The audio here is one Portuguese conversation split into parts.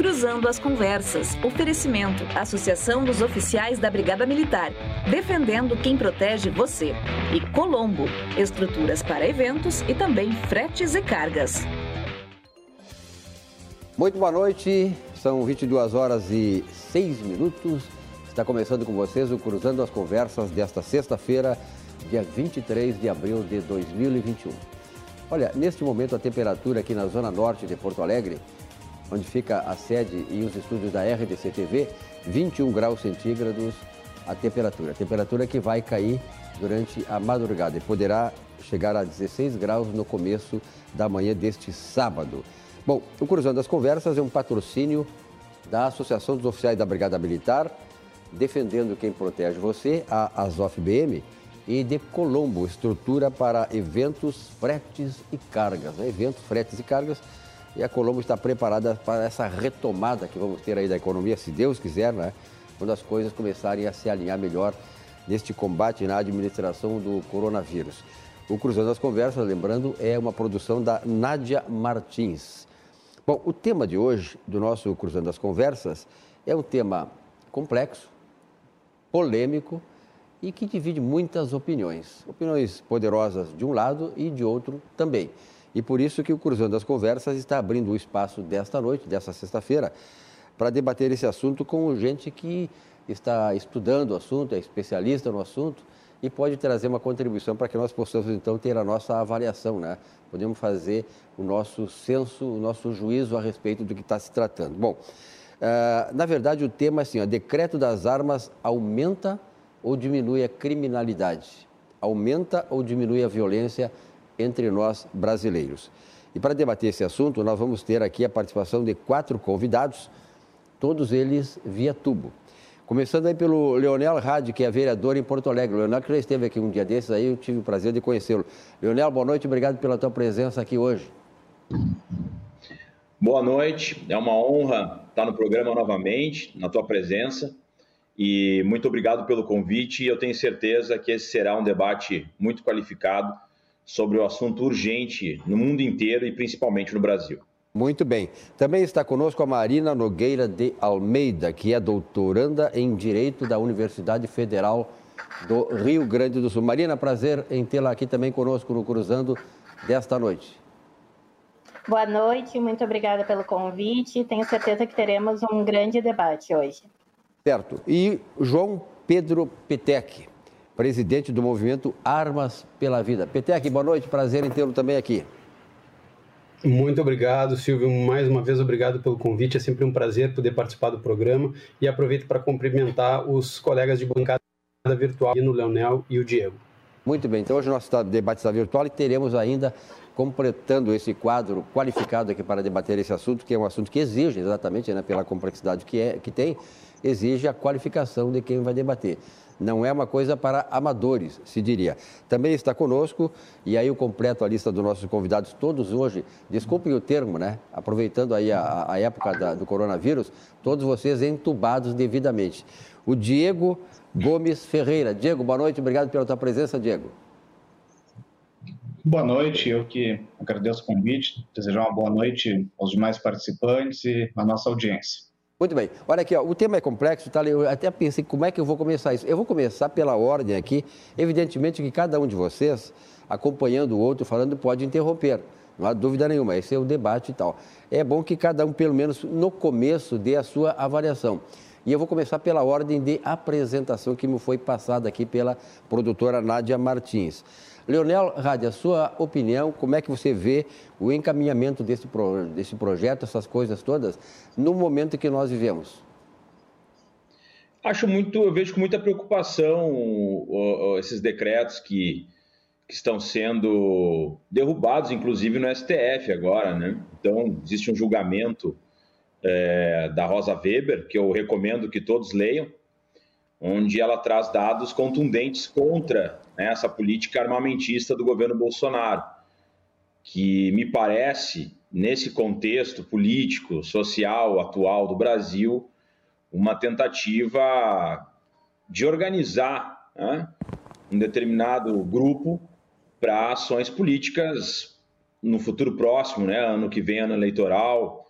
Cruzando as Conversas. Oferecimento. Associação dos Oficiais da Brigada Militar. Defendendo quem protege você. E Colombo. Estruturas para eventos e também fretes e cargas. Muito boa noite. São 22 horas e 6 minutos. Está começando com vocês o Cruzando as Conversas desta sexta-feira, dia 23 de abril de 2021. Olha, neste momento a temperatura aqui na zona norte de Porto Alegre, onde fica a sede e os estúdios da RDC TV, 21 graus centígrados a temperatura que vai cair durante a madrugada e poderá chegar a 16 graus no começo da manhã deste sábado. Bom, o Cruzando as Conversas é um patrocínio da Associação dos Oficiais da Brigada Militar, defendendo quem protege você, a ASOF-BM, e de Colombo, estrutura para eventos, fretes e cargas. Né? Eventos, fretes e cargas. E a Colombo está preparada para essa retomada que vamos ter aí da economia, se Deus quiser, né? Quando as coisas começarem a se alinhar melhor neste combate na administração do coronavírus. O Cruzando as Conversas, lembrando, é uma produção da Nádia Martins. Bom, o tema de hoje do nosso Cruzando as Conversas é um tema complexo, polêmico e que divide muitas opiniões. Opiniões poderosas de um lado e de outro também. E por isso que o Cruzando as Conversas está abrindo o espaço desta noite, desta sexta-feira, para debater esse assunto com gente que está estudando o assunto, é especialista no assunto e pode trazer uma contribuição para que nós possamos, então, ter a nossa avaliação, né? Podemos fazer o nosso senso, o nosso juízo a respeito do que está se tratando. Bom, na verdade, o tema é assim, o decreto das armas aumenta ou diminui a criminalidade? Aumenta ou diminui a violência entre nós brasileiros? E para debater esse assunto, nós vamos ter aqui a participação de 4 convidados, todos eles via tubo. Começando aí pelo Leonel Hadi, que é vereador em Porto Alegre. O Leonel que já esteve aqui um dia desses, aí eu tive o prazer de conhecê-lo. Leonel, boa noite, obrigado pela tua presença aqui hoje. Boa noite, é uma honra estar no programa novamente, na tua presença, e muito obrigado pelo convite, e eu tenho certeza que esse será um debate muito qualificado sobre o assunto urgente no mundo inteiro e principalmente no Brasil. Muito bem. Também está conosco a Marina Nogueira de Almeida, que é doutoranda em Direito da Universidade Federal do Rio Grande do Sul. Marina, prazer em tê-la aqui também conosco no Cruzando desta noite. Boa noite, muito obrigada pelo convite. Tenho certeza que teremos um grande debate hoje. Certo. E João Pedro Petec, presidente do movimento Armas pela Vida. Petec, boa noite, prazer em tê-lo também aqui. Muito obrigado, Silvio. Mais uma vez, obrigado pelo convite. É sempre um prazer poder participar do programa. E aproveito para cumprimentar os colegas de bancada virtual, o Leonel e o Diego. Muito bem, então hoje o nosso debate está virtual e teremos ainda, completando esse quadro qualificado aqui para debater esse assunto, que é um assunto que exige, exatamente, né, pela complexidade que tem, exige a qualificação de quem vai debater. Não é uma coisa para amadores, se diria. Também está conosco, e aí eu completo a lista dos nossos convidados todos hoje, desculpem o termo, né? Aproveitando aí a época do coronavírus, todos vocês entubados devidamente. O Diego Gomes Ferreira. Diego, boa noite, obrigado pela tua presença, Diego. Boa noite, eu que agradeço o convite, desejar uma boa noite aos demais participantes e à nossa audiência. Muito bem. Olha aqui, ó, o tema é complexo, tá? Eu até pensei como é que eu vou começar isso. Eu vou começar pela ordem aqui. Evidentemente que cada um de vocês, acompanhando o outro, falando, pode interromper. Não há dúvida nenhuma, esse é o debate e tal. É bom que cada um, pelo menos no começo, dê a sua avaliação. E eu vou começar pela ordem de apresentação que me foi passada aqui pela produtora Nádia Martins. Leonel Hadi, a sua opinião, como é que você vê o encaminhamento desse projeto, essas coisas todas, no momento que nós vivemos? Eu vejo com muita preocupação esses decretos que estão sendo derrubados, inclusive no STF agora, né? Então, existe um julgamento da Rosa Weber, que eu recomendo que todos leiam, onde ela traz dados contundentes contra, né, essa política armamentista do governo Bolsonaro, que me parece, nesse contexto político, social, atual do Brasil, uma tentativa de organizar, né, um determinado grupo para ações políticas no futuro próximo, né, ano que vem, ano eleitoral,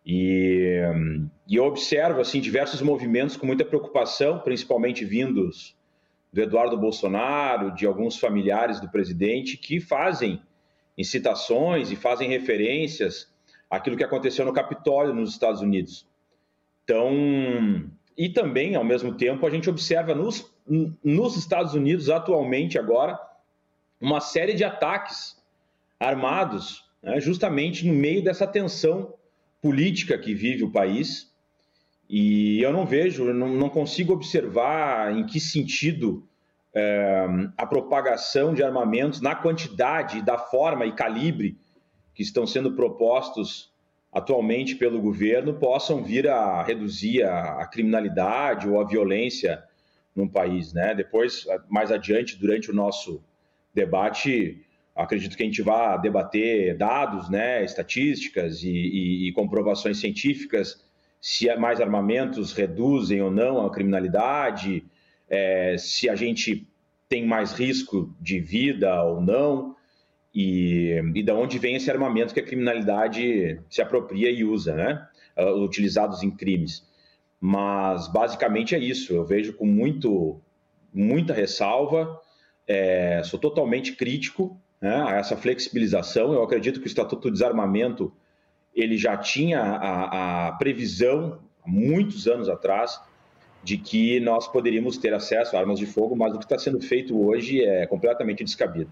E eu observo assim, diversos movimentos com muita preocupação, principalmente vindos do Eduardo Bolsonaro, de alguns familiares do presidente, que fazem incitações e fazem referências àquilo que aconteceu no Capitólio, nos Estados Unidos. Então, e também, ao mesmo tempo, a gente observa nos Estados Unidos, atualmente agora, uma série de ataques armados, né, justamente no meio dessa tensão política que vive o país. E eu não consigo observar em que sentido a propagação de armamentos na quantidade, da forma e calibre que estão sendo propostos atualmente pelo governo possam vir a reduzir a criminalidade ou a violência no país, né? Depois, mais adiante, durante o nosso debate, acredito que a gente vai debater dados, né, estatísticas e comprovações científicas, se mais armamentos reduzem ou não a criminalidade, se a gente tem mais risco de vida ou não, e de onde vem esse armamento que a criminalidade se apropria e usa, né, utilizados em crimes. Mas, basicamente, é isso. Eu vejo com muita ressalva, sou totalmente crítico, né, a essa flexibilização. Eu acredito que o Estatuto do Desarmamento ele já tinha a previsão, há muitos anos atrás, de que nós poderíamos ter acesso a armas de fogo, mas o que está sendo feito hoje é completamente descabido.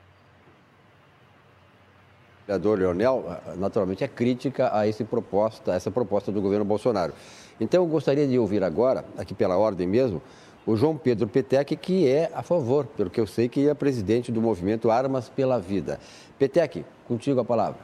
O vereador Leonel, naturalmente, é crítica a essa proposta do governo Bolsonaro. Então, eu gostaria de ouvir agora, aqui pela ordem mesmo, o João Pedro Petec, que é a favor, pelo que eu sei que é presidente do movimento Armas pela Vida. Petec, contigo a palavra.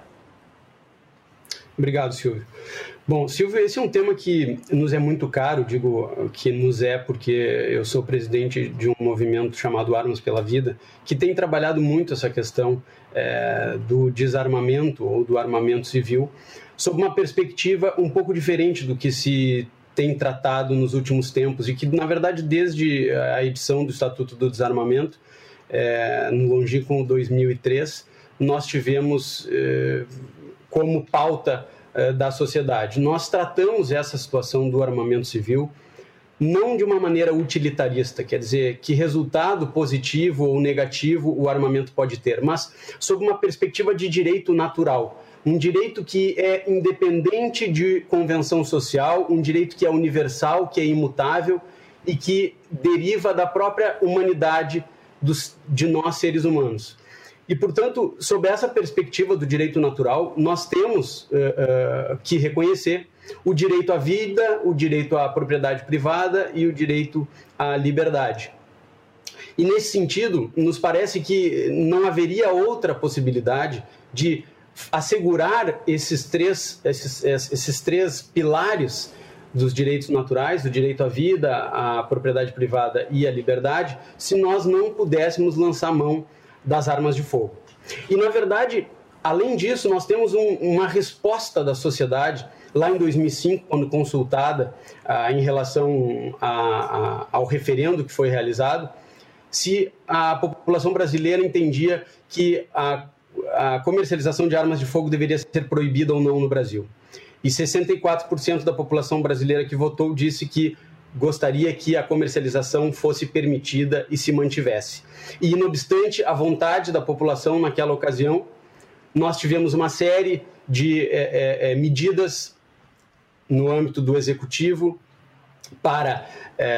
Obrigado, Silvio. Bom, Silvio, esse é um tema que nos é muito caro, digo que nos é porque eu sou presidente de um movimento chamado Armas pela Vida, que tem trabalhado muito essa questão do desarmamento ou do armamento civil, sob uma perspectiva um pouco diferente do que se tem tratado nos últimos tempos e que, na verdade, desde a edição do Estatuto do Desarmamento, no longínquo 2003, nós tivemos como pauta da sociedade. Nós tratamos essa situação do armamento civil não de uma maneira utilitarista, quer dizer, que resultado positivo ou negativo o armamento pode ter, mas sob uma perspectiva de direito natural, um direito que é independente de convenção social, um direito que é universal, que é imutável e que deriva da própria humanidade de nós seres humanos. E, portanto, sob essa perspectiva do direito natural, nós temos que reconhecer o direito à vida, o direito à propriedade privada e o direito à liberdade. E, nesse sentido, nos parece que não haveria outra possibilidade de assegurar esses três pilares dos direitos naturais, o direito à vida, à propriedade privada e à liberdade, se nós não pudéssemos lançar mão das armas de fogo. E, na verdade, além disso, nós temos uma resposta da sociedade, lá em 2005, quando consultada em relação ao referendo que foi realizado, se a população brasileira entendia que a comercialização de armas de fogo deveria ser proibida ou não no Brasil. E 64% da população brasileira que votou disse que gostaria que a comercialização fosse permitida e se mantivesse. E, não obstante a vontade da população naquela ocasião, nós tivemos uma série de medidas no âmbito do Executivo para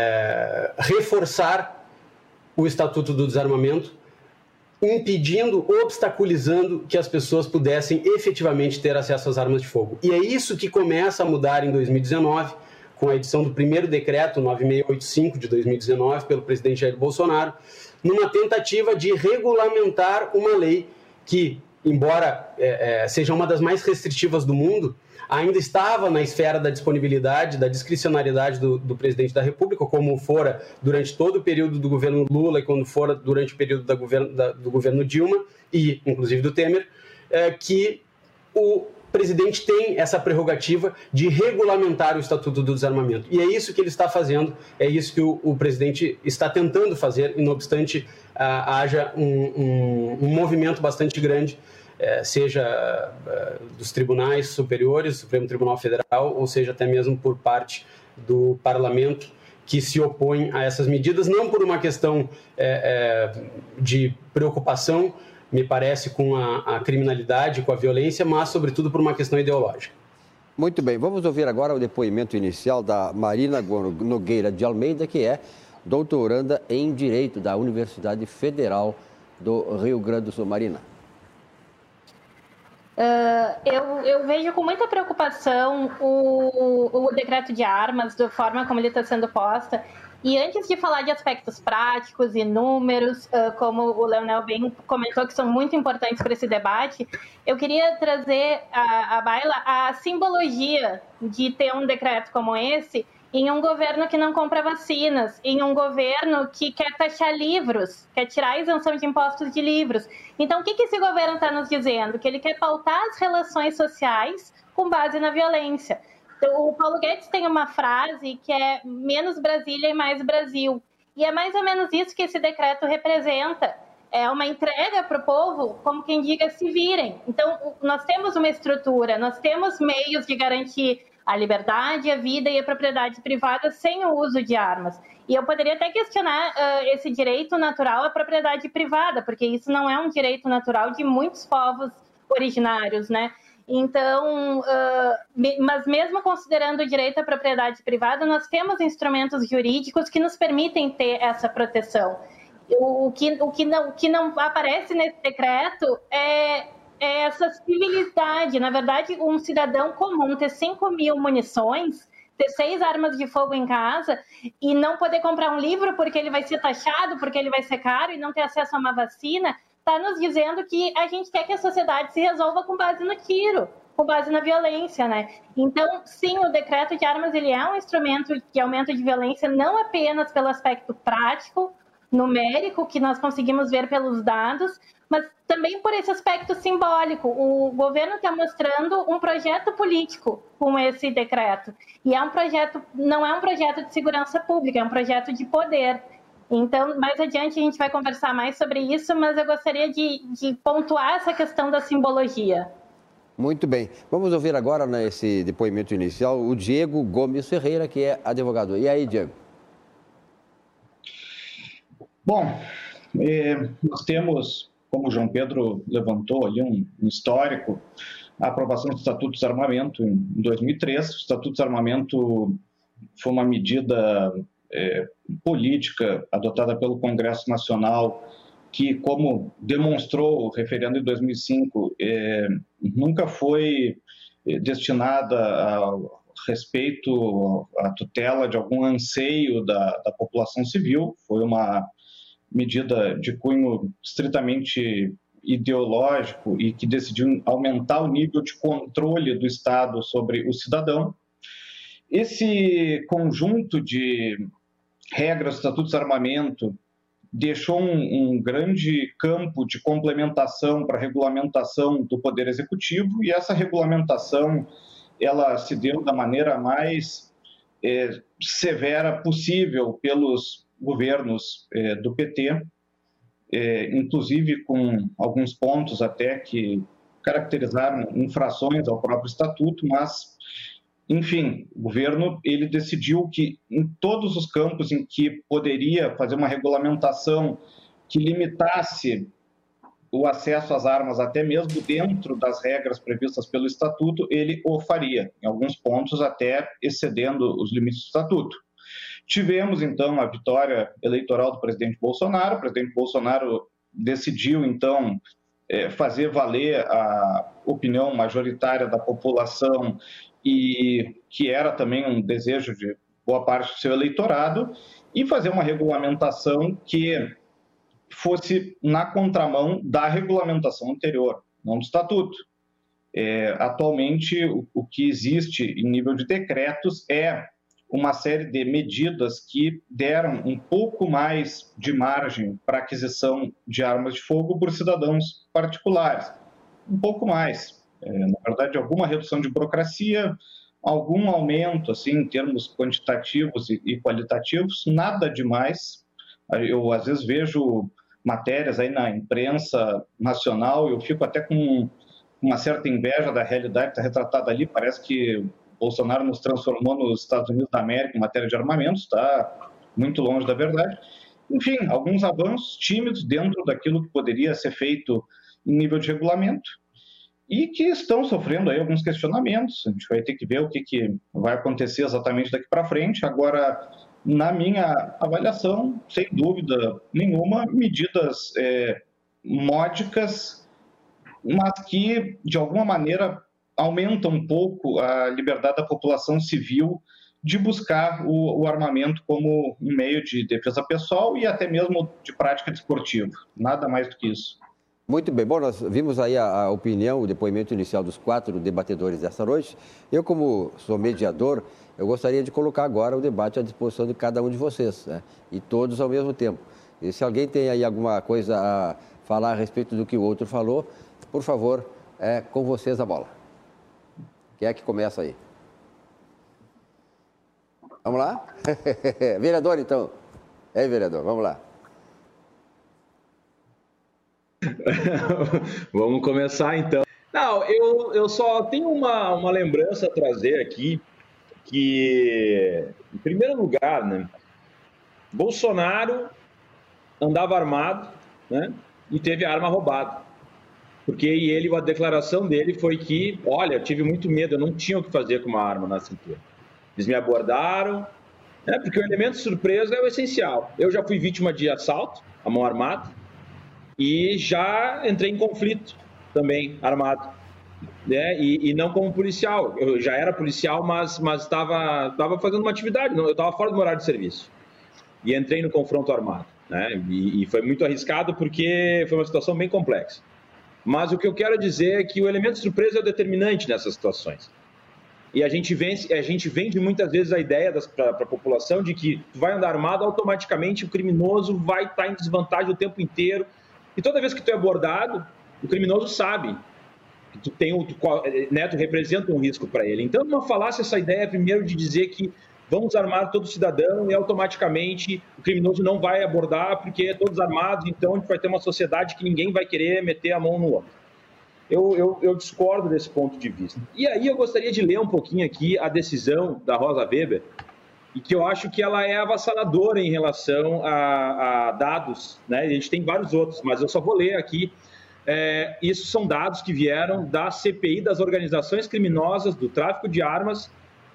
reforçar o Estatuto do Desarmamento, impedindo, obstaculizando que as pessoas pudessem efetivamente ter acesso às armas de fogo. E é isso que começa a mudar em 2019, com a edição do primeiro decreto 9685 de 2019 pelo presidente Jair Bolsonaro, numa tentativa de regulamentar uma lei que, embora seja uma das mais restritivas do mundo, ainda estava na esfera da disponibilidade, da discricionariedade do presidente da República, como fora durante todo o período do governo Lula e quando fora durante o período do governo Dilma e, inclusive, do Temer, que o presidente tem essa prerrogativa de regulamentar o Estatuto do Desarmamento. E é isso que ele está fazendo, é isso que o presidente está tentando fazer, e não obstante haja um movimento bastante grande seja dos tribunais superiores, Supremo Tribunal Federal, ou seja, até mesmo por parte do Parlamento, que se opõe a essas medidas, não por uma questão de preocupação, me parece, com a criminalidade, com a violência, mas, sobretudo, por uma questão ideológica. Muito bem, vamos ouvir agora o depoimento inicial da Marina Nogueira de Almeida, que é doutoranda em Direito da Universidade Federal do Rio Grande do Sul. Marina. Eu vejo com muita preocupação o decreto de armas, da forma como ele está sendo posta. E antes de falar de aspectos práticos e números, como o Leonel bem comentou, que são muito importantes para esse debate, eu queria trazer à baila a simbologia de ter um decreto como esse em um governo que não compra vacinas, em um governo que quer taxar livros, quer tirar a isenção de impostos de livros. Então, o que esse governo está nos dizendo? Que ele quer pautar as relações sociais com base na violência. O Paulo Guedes tem uma frase que é menos Brasília e mais Brasil. E é mais ou menos isso que esse decreto representa. É uma entrega para o povo, como quem diga, se virem. Então, nós temos uma estrutura, nós temos meios de garantir a liberdade, a vida e a propriedade privada sem o uso de armas. E eu poderia até questionar esse direito natural à propriedade privada, porque isso não é um direito natural de muitos povos originários, né? Então, mas mesmo considerando o direito à propriedade privada, nós temos instrumentos jurídicos que nos permitem ter essa proteção. O que não aparece nesse decreto é essa civilidade. Na verdade, um cidadão comum ter 5.000 munições, ter 6 armas de fogo em casa e não poder comprar um livro porque ele vai ser taxado, porque ele vai ser caro e não ter acesso a uma vacina, está nos dizendo que a gente quer que a sociedade se resolva com base no tiro, com base na violência, né? Então, sim, o decreto de armas ele é um instrumento de aumento de violência, não apenas pelo aspecto prático, numérico, que nós conseguimos ver pelos dados, mas também por esse aspecto simbólico. O governo está mostrando um projeto político com esse decreto. E não é um projeto de segurança pública, é um projeto de poder. Então, mais adiante a gente vai conversar mais sobre isso, mas eu gostaria de pontuar essa questão da simbologia. Muito bem. Vamos ouvir agora, nesse depoimento inicial, o Diego Gomes Ferreira, que é advogado. E aí, Diego? Bom, nós temos, como o João Pedro levantou ali, um histórico, a aprovação do Estatuto do Desarmamento em 2003. O Estatuto do Desarmamento foi uma medida política adotada pelo Congresso Nacional que, como demonstrou o referendo de 2005, nunca foi destinada ao respeito, à tutela de algum anseio da população civil. Foi uma medida de cunho estritamente ideológico e que decidiu aumentar o nível de controle do Estado sobre o cidadão. Esse conjunto de regras do Estatuto do Desarmamento deixou um grande campo de complementação para a regulamentação do Poder Executivo, e essa regulamentação ela se deu da maneira mais severa possível pelos governos do PT, inclusive com alguns pontos até que caracterizaram infrações ao próprio Estatuto, mas, enfim, o governo ele decidiu que em todos os campos em que poderia fazer uma regulamentação que limitasse o acesso às armas, até mesmo dentro das regras previstas pelo Estatuto, ele o faria, em alguns pontos até excedendo os limites do Estatuto. Tivemos, então, a vitória eleitoral do presidente Bolsonaro. O presidente Bolsonaro decidiu, então, fazer valer a opinião majoritária da população e que era também um desejo de boa parte do seu eleitorado, e fazer uma regulamentação que fosse na contramão da regulamentação anterior, não do Estatuto. Atualmente, o que existe em nível de decretos é uma série de medidas que deram um pouco mais de margem para aquisição de armas de fogo por cidadãos particulares. Um pouco mais. Na verdade, alguma redução de burocracia, algum aumento assim, em termos quantitativos e qualitativos, nada demais. Eu, às vezes, vejo matérias aí na imprensa nacional. Eu fico até com uma certa inveja da realidade que está retratada ali. Parece que Bolsonaro nos transformou nos Estados Unidos da América em matéria de armamentos, está muito longe da verdade. Enfim, alguns avanços tímidos dentro daquilo que poderia ser feito em nível de regulamento e que estão sofrendo aí alguns questionamentos. A gente vai ter que ver o que vai acontecer exatamente daqui para frente. Agora, na minha avaliação, sem dúvida nenhuma, medidas módicas, mas que, de alguma maneira, aumentam um pouco a liberdade da população civil de buscar o armamento como um meio de defesa pessoal e até mesmo de prática desportiva. Nada mais do que isso. Muito bem. Bom, nós vimos aí a opinião, o depoimento inicial dos 4 debatedores desta noite. Eu, como sou mediador, eu gostaria de colocar agora o debate à disposição de cada um de vocês, né? E todos ao mesmo tempo. E se alguém tem aí alguma coisa a falar a respeito do que o outro falou, por favor, é com vocês a bola. Quem é que começa aí? Vamos lá? Vereador, então. Vereador, vamos lá. Vamos começar, então. Não, eu só tenho uma lembrança a trazer aqui, que, em primeiro lugar, né, Bolsonaro andava armado, né, e teve a arma roubada. Porque a declaração dele foi que, olha, eu tive muito medo, eu não tinha o que fazer com uma arma na cintura. Eles me abordaram, né, porque o elemento surpresa é o essencial. Eu já fui vítima de assalto, à mão armada, e já entrei em conflito também, armado, né, e não como policial. Eu já era policial, mas estava fazendo uma atividade, eu estava fora do meu horário de serviço. E entrei no confronto armado, né, e foi muito arriscado porque foi uma situação bem complexa. Mas o que eu quero dizer é que o elemento surpresa é o determinante nessas situações. E a gente vende muitas vezes a ideia para a população de que tu vai andar armado, automaticamente o criminoso vai estar em desvantagem o tempo inteiro. E toda vez que tu é abordado, o criminoso sabe que tu representa um risco para ele. Então, não falácia essa ideia primeiro de dizer que vamos armar todo cidadão e automaticamente o criminoso não vai abordar porque todos armados, então a gente vai ter uma sociedade que ninguém vai querer meter a mão no outro. Eu discordo desse ponto de vista. E aí eu gostaria de ler um pouquinho aqui a decisão da Rosa Weber, e que eu acho que ela é avassaladora em relação a dados, né? A gente tem vários outros, mas eu só vou ler aqui. Isso são dados que vieram da CPI das organizações criminosas do tráfico de armas,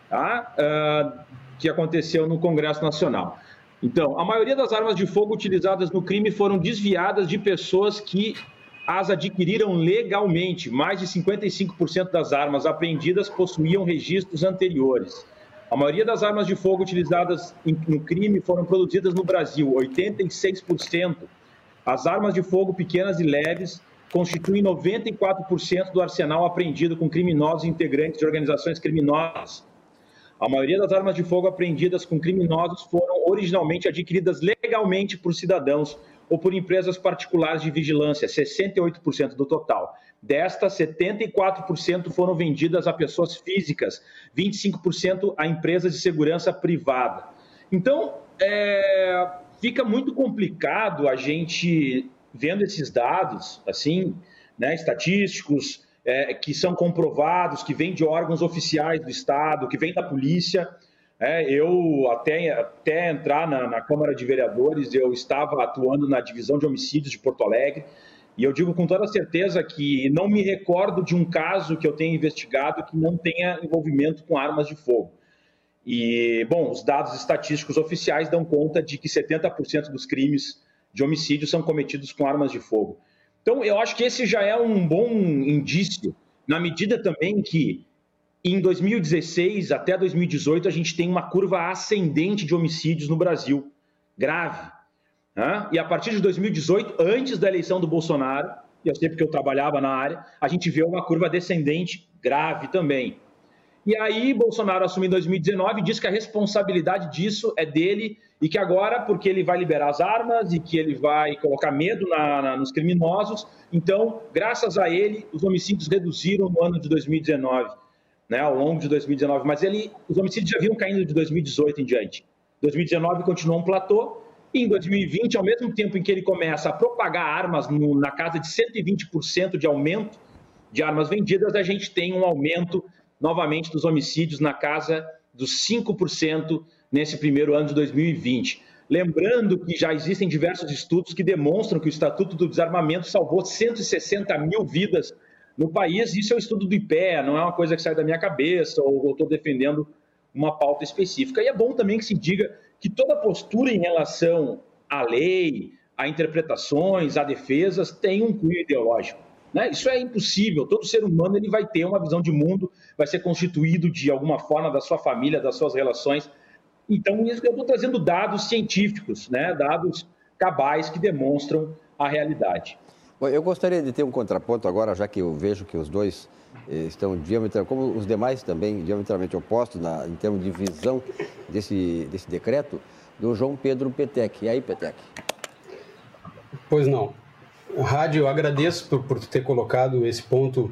tá? Que aconteceu no Congresso Nacional. Então, a maioria das armas de fogo utilizadas no crime foram desviadas de pessoas que as adquiriram legalmente. Mais de 55% das armas apreendidas possuíam registros anteriores. A maioria das armas de fogo utilizadas no crime foram produzidas no Brasil, 86%. As armas de fogo pequenas e leves constituem 94% do arsenal apreendido com criminosos e integrantes de organizações criminosas. A maioria das armas de fogo apreendidas com criminosos foram originalmente adquiridas legalmente por cidadãos ou por empresas particulares de vigilância, 68% do total. Destas, 74% foram vendidas a pessoas físicas, 25% a empresas de segurança privada. Então, fica muito complicado a gente, vendo esses dados, assim, né, estatísticos, que são comprovados, que vêm de órgãos oficiais do Estado, que vêm da polícia. Eu, até entrar na Câmara de Vereadores, eu estava atuando na divisão de homicídios de Porto Alegre, e eu digo com toda certeza que não me recordo de um caso que eu tenha investigado que não tenha envolvimento com armas de fogo. E, bom, os dados estatísticos oficiais dão conta de que 70% dos crimes de homicídio são cometidos com armas de fogo. Então, eu acho que esse já é um bom indício, na medida também que, em 2016 até 2018, a gente tem uma curva ascendente de homicídios no Brasil, grave. Né? E a partir de 2018, antes da eleição do Bolsonaro, e eu sei porque eu trabalhava na área, a gente vê uma curva descendente grave também. E aí, Bolsonaro assumiu em 2019 e diz que a responsabilidade disso é dele e que agora, porque ele vai liberar as armas e que ele vai colocar medo nos criminosos, então, graças a ele, os homicídios reduziram no ano de 2019, né, ao longo de 2019, mas os homicídios já vinham caindo de 2018 em diante. 2019 continuou um platô E em 2020, ao mesmo tempo em que ele começa a propagar armas na casa de 120% de aumento de armas vendidas, a gente tem um aumento, novamente, dos homicídios na casa dos 5% nesse primeiro ano de 2020. Lembrando que já existem diversos estudos que demonstram que o Estatuto do Desarmamento salvou 160 mil vidas no país. Isso é um estudo do IPEA, não é uma coisa que sai da minha cabeça ou eu estou defendendo uma pauta específica. E é bom também que se diga que toda postura em relação à lei, a interpretações, a defesas, tem um cunho ideológico, né? Isso é impossível. Todo ser humano ele vai ter uma visão de mundo, vai ser constituído de alguma forma da sua família, das suas relações. Então, eu estou trazendo dados científicos, né? Dados cabais que demonstram a realidade. Bom, eu gostaria de ter um contraponto agora, já que eu vejo que os dois estão diametralmente, como os demais também, diametralmente opostos em termos de visão desse decreto, do João Pedro Petec. E aí, Petec? Pois não. Rádio, eu agradeço por ter colocado esse ponto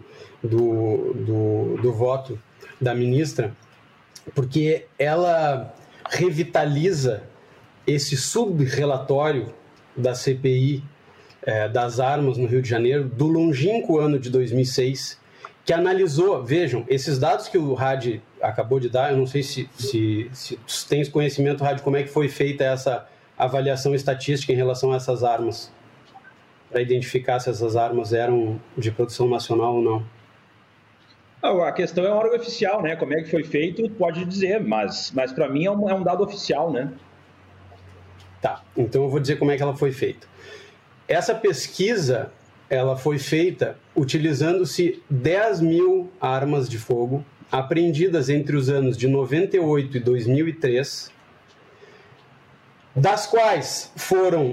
do voto da ministra, porque ela revitaliza esse subrelatório da CPI das armas no Rio de Janeiro, do longínquo ano de 2006, que analisou, vejam, esses dados que o Rádio acabou de dar, eu não sei se tu tens conhecimento, Rádio, como é que foi feita essa avaliação estatística em relação a essas armas, para identificar se essas armas eram de produção nacional ou não. A questão é um órgão oficial, né? Como é que foi feito, pode dizer, mas para mim é um dado oficial, né? Tá, então eu vou dizer como é que ela foi feita. Essa pesquisa, ela foi feita utilizando-se 10 mil armas de fogo apreendidas entre os anos de 98 e 2003, das quais foram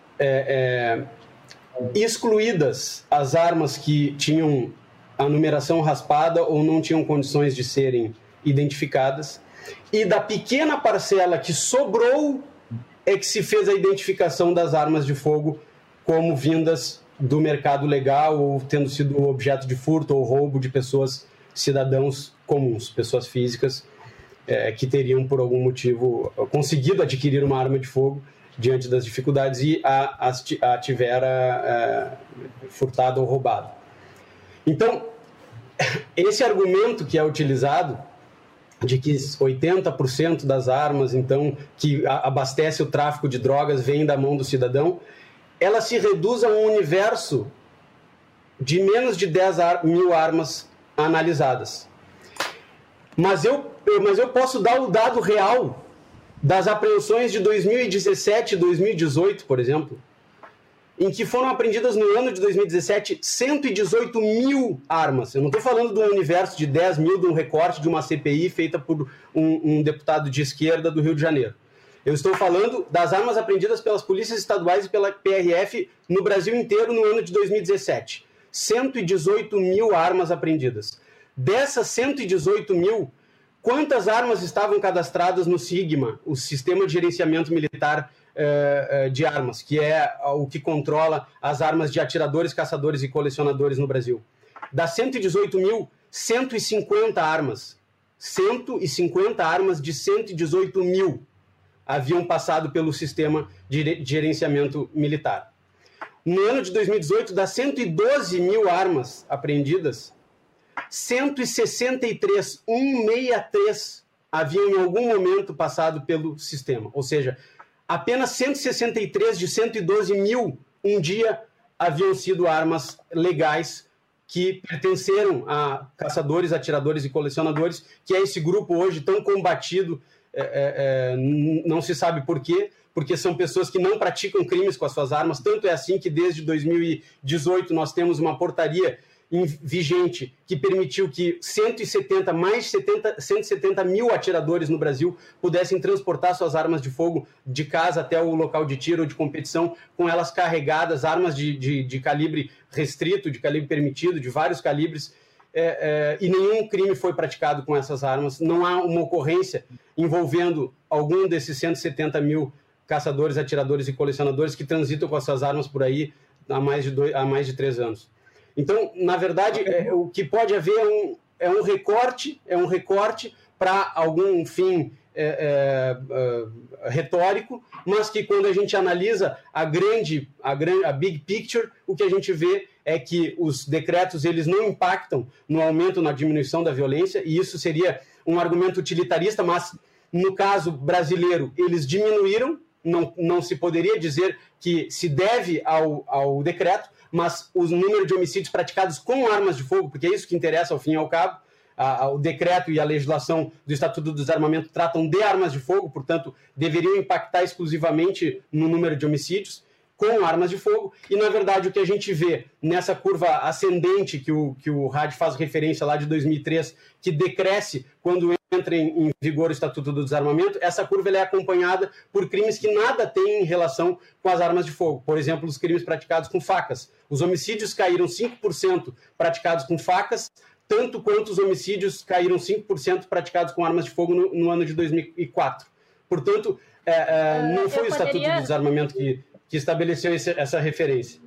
excluídas as armas que tinham a numeração raspada ou não tinham condições de serem identificadas, e da pequena parcela que sobrou é que se fez a identificação das armas de fogo como vindas do mercado legal ou tendo sido objeto de furto ou roubo de pessoas, cidadãos comuns, pessoas físicas que teriam por algum motivo conseguido adquirir uma arma de fogo diante das dificuldades e a tivera furtada ou roubada. Então, esse argumento que é utilizado de que 80% das armas, então, que abastece o tráfico de drogas vem da mão do cidadão, ela se reduz a um universo de menos de 10 mil armas analisadas. Mas eu posso dar o dado real das apreensões de 2017 e 2018, por exemplo, em que foram apreendidas no ano de 2017 118 mil armas. Eu não estou falando de um universo de 10 mil, de um recorte de uma CPI feita por um deputado de esquerda do Rio de Janeiro. Eu estou falando das armas apreendidas pelas polícias estaduais e pela PRF no Brasil inteiro no ano de 2017. 118 mil armas apreendidas. Dessas 118 mil, quantas armas estavam cadastradas no SIGMA, o Sistema de Gerenciamento Militar de Armas, que é o que controla as armas de atiradores, caçadores e colecionadores no Brasil? Das 118 mil, 150 armas. 150 armas de 118 mil haviam passado pelo Sistema de Gerenciamento Militar. No ano de 2018, das 112 mil armas apreendidas, 163 haviam em algum momento passado pelo sistema. Ou seja, apenas 163 de 112 mil um dia haviam sido armas legais que pertenceram a caçadores, atiradores e colecionadores, que é esse grupo hoje tão combatido, não se sabe por quê, porque são pessoas que não praticam crimes com as suas armas. Tanto é assim que desde 2018 nós temos uma portaria vigente que permitiu que 170 mil atiradores no Brasil pudessem transportar suas armas de fogo de casa até o local de tiro ou de competição, com elas carregadas, armas de calibre restrito, de calibre permitido, de vários calibres, e nenhum crime foi praticado com essas armas. Não há uma ocorrência envolvendo algum desses 170 mil caçadores, atiradores e colecionadores que transitam com as suas armas por aí há mais de 3 anos. Então, na verdade, o que pode haver é um recorte para algum fim retórico, mas que quando a gente analisa a big picture, o que a gente vê é que os decretos eles não impactam no aumento, na diminuição da violência, e isso seria um argumento utilitarista, mas no caso brasileiro eles diminuíram, não se poderia dizer que se deve ao decreto, mas o número de homicídios praticados com armas de fogo, porque é isso que interessa ao fim e ao cabo, o decreto e a legislação do Estatuto do Desarmamento tratam de armas de fogo, portanto, deveriam impactar exclusivamente no número de homicídios com armas de fogo, e na verdade o que a gente vê nessa curva ascendente que o RAD faz referência lá de 2003, que decresce quando entra em vigor o Estatuto do Desarmamento, essa curva ela é acompanhada por crimes que nada têm em relação com as armas de fogo, por exemplo, os crimes praticados com facas. Os homicídios caíram 5% praticados com facas, tanto quanto os homicídios caíram 5% praticados com armas de fogo no ano de 2004. Portanto, não foi o Estatuto do Desarmamento que estabeleceu essa referência.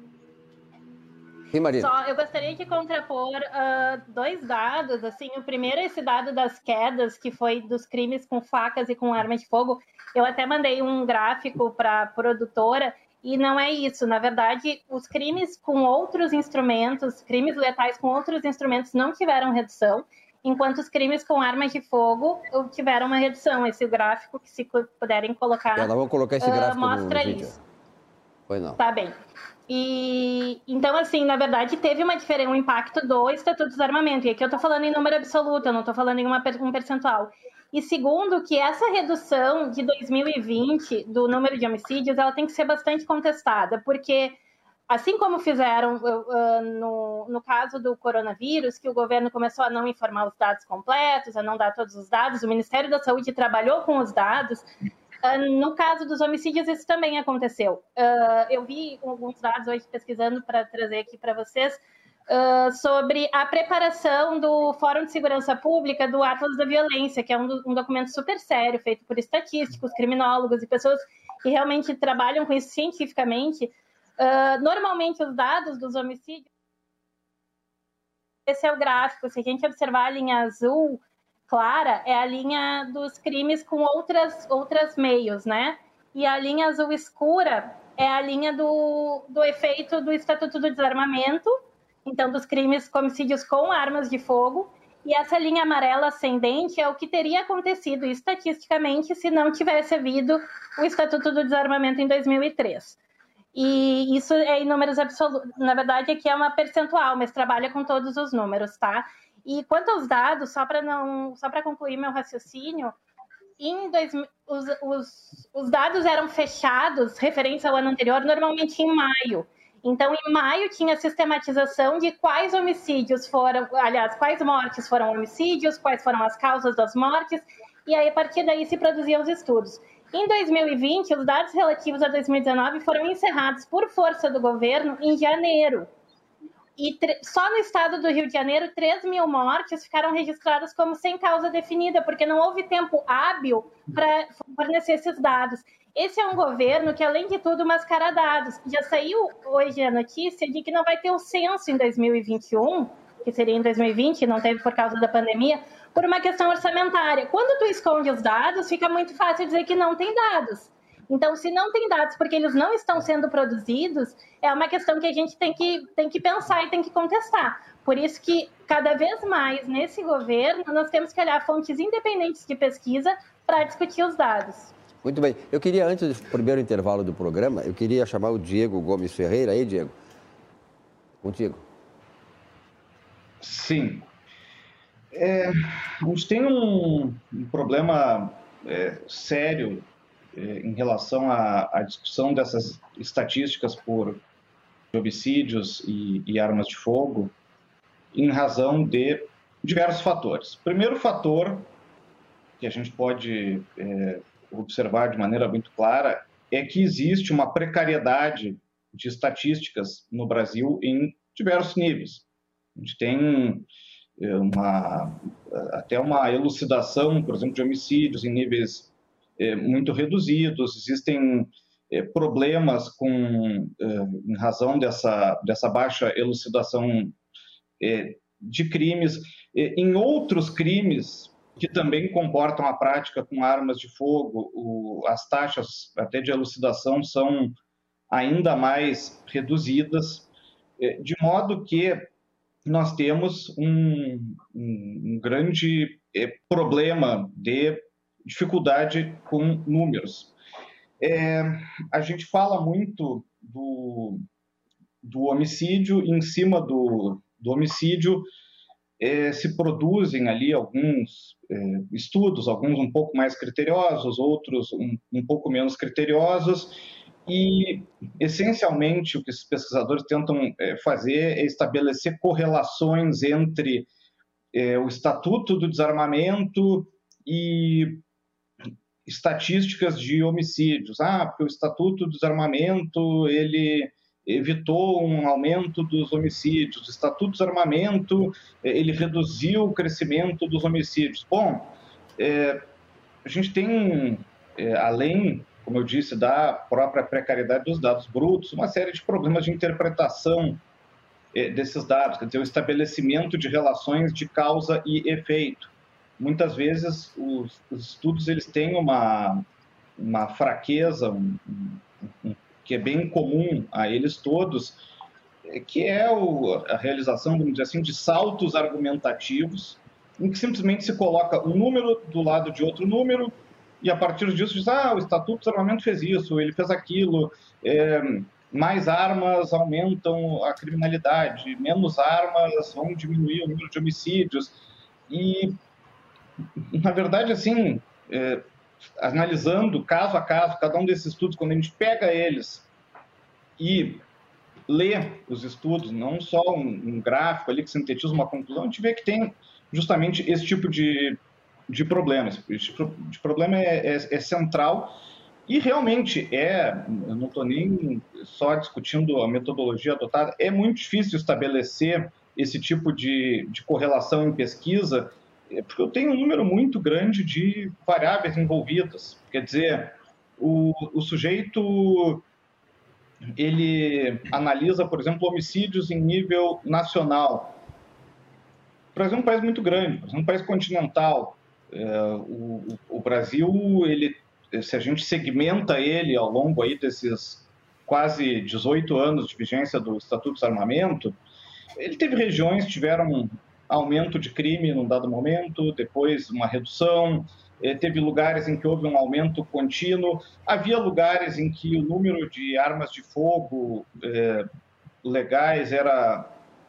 Sim, Marina. Eu gostaria de contrapor dois dados. Assim, o primeiro é esse dado das quedas, que foi dos crimes com facas e com arma de fogo. Eu até mandei um gráfico para a produtora, e não é isso. Na verdade, os crimes com outros instrumentos, crimes letais com outros instrumentos não tiveram redução, enquanto os crimes com armas de fogo tiveram uma redução. Esse gráfico, que se puderem colocar, vamos colocar esse gráfico mostra no vídeo. isso. Pois não. Tá bem. E então, assim, na verdade, teve um impacto do Estatuto do Desarmamento. E aqui eu estou falando em número absoluto, eu não estou falando em um percentual. E segundo, que essa redução de 2020 do número de homicídios, ela tem que ser bastante contestada, porque assim como fizeram no caso do coronavírus, que o governo começou a não informar os dados completos, a não dar todos os dados, o Ministério da Saúde trabalhou com os dados. No caso dos homicídios, isso também aconteceu. Eu vi alguns dados hoje pesquisando para trazer aqui para vocês, sobre a preparação do Fórum de Segurança Pública do Atlas da Violência, que é um documento super sério, feito por estatísticos, criminólogos e pessoas que realmente trabalham com isso cientificamente. Normalmente, os dados dos homicídios... Esse é o gráfico. Se a gente observar a linha azul clara, é a linha dos crimes com outras meios, né? E a linha azul escura é a linha do efeito do Estatuto do Desarmamento, então dos crimes com homicídios com armas de fogo, e essa linha amarela ascendente é o que teria acontecido estatisticamente se não tivesse havido o Estatuto do Desarmamento em 2003. E isso é em números absolutos. Na verdade, aqui é uma percentual, mas trabalha com todos os números, tá? E quanto aos dados, só para concluir meu raciocínio, os dados eram fechados, referência ao ano anterior, normalmente em maio. Então, em maio, tinha sistematização de quais homicídios foram, aliás, quais mortes foram homicídios, quais foram as causas das mortes, e aí, a partir daí, se produziam os estudos. Em 2020, os dados relativos a 2019 foram encerrados por força do governo em janeiro. E só no estado do Rio de Janeiro, 3 mil mortes ficaram registradas como sem causa definida, porque não houve tempo hábil para fornecer esses dados. Esse é um governo que, além de tudo, mascara dados. Já saiu hoje a notícia de que não vai ter o censo em 2021, que seria em 2020, não teve por causa da pandemia, por uma questão orçamentária. Quando tu esconde os dados, fica muito fácil dizer que não tem dados. Então, se não tem dados porque eles não estão sendo produzidos, é uma questão que a gente tem que pensar e tem que contestar. Por isso que, cada vez mais, nesse governo, nós temos que olhar fontes independentes de pesquisa para discutir os dados. Muito bem. Eu queria, antes do primeiro intervalo do programa, eu queria chamar o Diego Gomes Ferreira. Aí, Diego. Contigo. Sim. A gente tem um problema sério em relação à discussão dessas estatísticas por homicídios e armas de fogo, em razão de diversos fatores. O primeiro fator que a gente pode observar de maneira muito clara é que existe uma precariedade de estatísticas no Brasil em diversos níveis. A gente tem até uma elucidação, por exemplo, de homicídios em níveis muito reduzidos, existem problemas em razão dessa baixa elucidação de crimes. Em outros crimes, que também comportam a prática com armas de fogo, as taxas até de elucidação são ainda mais reduzidas, de modo que nós temos um grande problema de dificuldade com números. A gente fala muito do homicídio, e em cima do homicídio se produzem ali alguns estudos, alguns um pouco mais criteriosos, outros um pouco menos criteriosos, e essencialmente o que esses pesquisadores tentam fazer é estabelecer correlações entre o Estatuto do Desarmamento e estatísticas de homicídios. Porque o Estatuto do Desarmamento, ele evitou um aumento dos homicídios. O Estatuto do Desarmamento, ele reduziu o crescimento dos homicídios. Bom, a gente tem, além, como eu disse, da própria precariedade dos dados brutos, uma série de problemas de interpretação desses dados, quer dizer, o estabelecimento de relações de causa e efeito. Muitas vezes os estudos eles têm uma fraqueza que é bem comum a eles todos, que é a realização, vamos dizer assim, de saltos argumentativos, em que simplesmente se coloca um número do lado de outro número, e a partir disso diz, o Estatuto do Desarmamento fez isso, ele fez aquilo, mais armas aumentam a criminalidade, menos armas vão diminuir o número de homicídios. E, na verdade, assim, analisando caso a caso, cada um desses estudos, quando a gente pega eles e lê os estudos, não só um gráfico ali que sintetiza uma conclusão, a gente vê que tem justamente esse tipo de problema. Esse tipo de problema é central e realmente eu não estou nem só discutindo a metodologia adotada, é muito difícil estabelecer esse tipo de correlação em pesquisa, porque eu tenho um número muito grande de variáveis envolvidas. Quer dizer, o sujeito ele analisa, por exemplo, homicídios em nível nacional. O Brasil é um país muito grande, é um país continental. O Brasil, se a gente segmenta ele ao longo aí desses quase 18 anos de vigência do Estatuto do Desarmamento, ele teve regiões que tiveram aumento de crime num dado momento, depois uma redução, teve lugares em que houve um aumento contínuo, havia lugares em que o número de armas de fogo legais era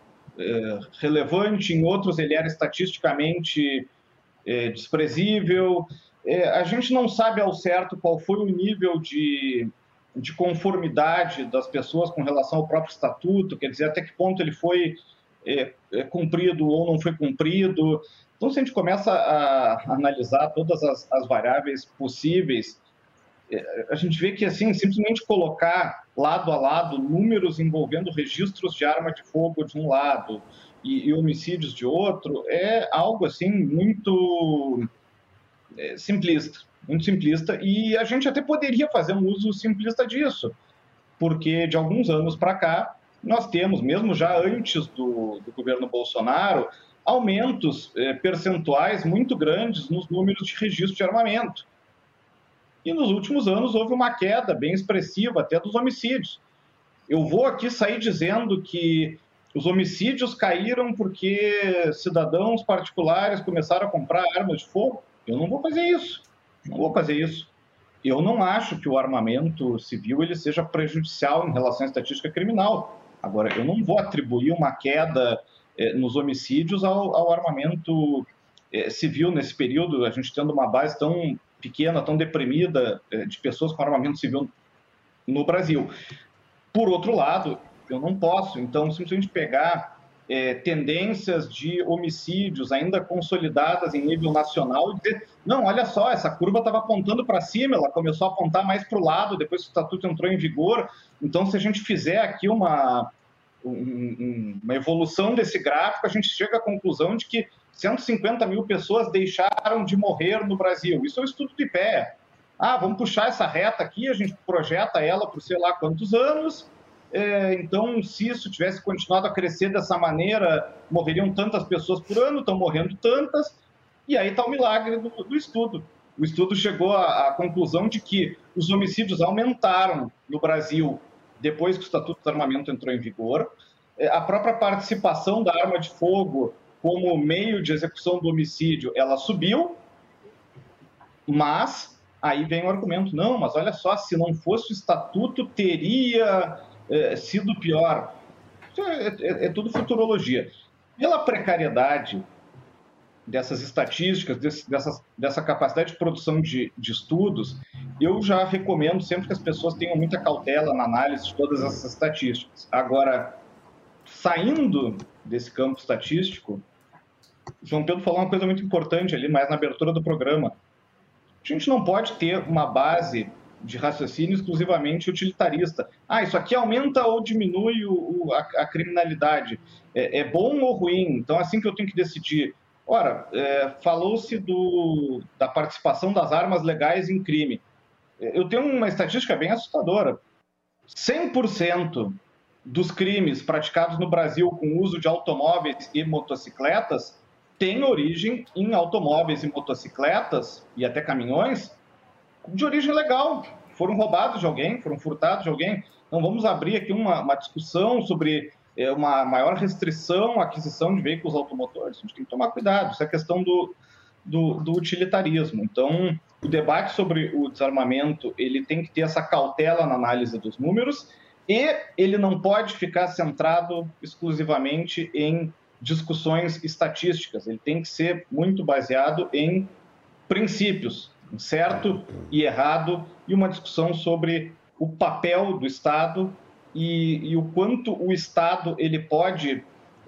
relevante, em outros ele era estatisticamente desprezível. A gente não sabe ao certo qual foi o nível de conformidade das pessoas com relação ao próprio estatuto, quer dizer, até que ponto ele foi cumprido ou não foi cumprido. Então, se a gente começa a analisar todas as variáveis possíveis, a gente vê que, assim, simplesmente colocar lado a lado números envolvendo registros de arma de fogo de um lado e homicídios de outro é algo, assim, muito simplista, e a gente até poderia fazer um uso simplista disso, porque de alguns anos para cá nós temos, mesmo já antes do governo Bolsonaro, aumentos percentuais muito grandes nos números de registro de armamento. E nos últimos anos houve uma queda bem expressiva até dos homicídios. Eu vou aqui sair dizendo que os homicídios caíram porque cidadãos particulares começaram a comprar armas de fogo? Eu não vou fazer isso. Não vou fazer isso. Eu não acho que o armamento civil ele seja prejudicial em relação à estatística criminal. Agora, eu não vou atribuir uma queda nos homicídios ao armamento civil nesse período, a gente tendo uma base tão pequena, tão deprimida de pessoas com armamento civil no Brasil. Por outro lado, eu não posso, então, simplesmente pegar tendências de homicídios ainda consolidadas em nível nacional e dizer, não, olha só, essa curva estava apontando para cima, ela começou a apontar mais para o lado depois que o estatuto entrou em vigor, então se a gente fizer aqui uma evolução desse gráfico, a gente chega à conclusão de que 150 mil pessoas deixaram de morrer no Brasil. Isso é um estudo do IPEA. Vamos puxar essa reta aqui, a gente projeta ela por sei lá quantos anos, então, se isso tivesse continuado a crescer dessa maneira, morreriam tantas pessoas por ano, estão morrendo tantas, E aí está o milagre do estudo. O estudo chegou à conclusão de que os homicídios aumentaram no Brasil depois que o Estatuto do Desarmamento entrou em vigor. A própria participação da arma de fogo como meio de execução do homicídio, ela subiu, mas aí vem o argumento, não, mas olha só, se não fosse o Estatuto, teria sido pior. Isso é tudo futurologia. Pela precariedade dessas estatísticas, dessa capacidade de produção de estudos, eu já recomendo sempre que as pessoas tenham muita cautela na análise de todas essas estatísticas. Agora, saindo desse campo estatístico, o João Pedro falou uma coisa muito importante ali, mais na abertura do programa. A gente não pode ter uma base de raciocínio exclusivamente utilitarista. Isso aqui aumenta ou diminui a criminalidade. É bom ou ruim? Então, é assim que eu tenho que decidir. Ora, falou-se da participação das armas legais em crime. Eu tenho uma estatística bem assustadora. 100% dos crimes praticados no Brasil com uso de automóveis e motocicletas têm origem em automóveis e motocicletas, e até caminhões, de origem legal. Foram roubados de alguém, foram furtados de alguém. Então, vamos abrir aqui uma discussão sobre uma maior restrição à aquisição de veículos automotores. A gente tem que tomar cuidado, isso é questão do utilitarismo. Então, o debate sobre o desarmamento, ele tem que ter essa cautela na análise dos números e ele não pode ficar centrado exclusivamente em discussões estatísticas. Ele tem que ser muito baseado em princípios, certo e errado, e uma discussão sobre o papel do Estado e o quanto o Estado ele pode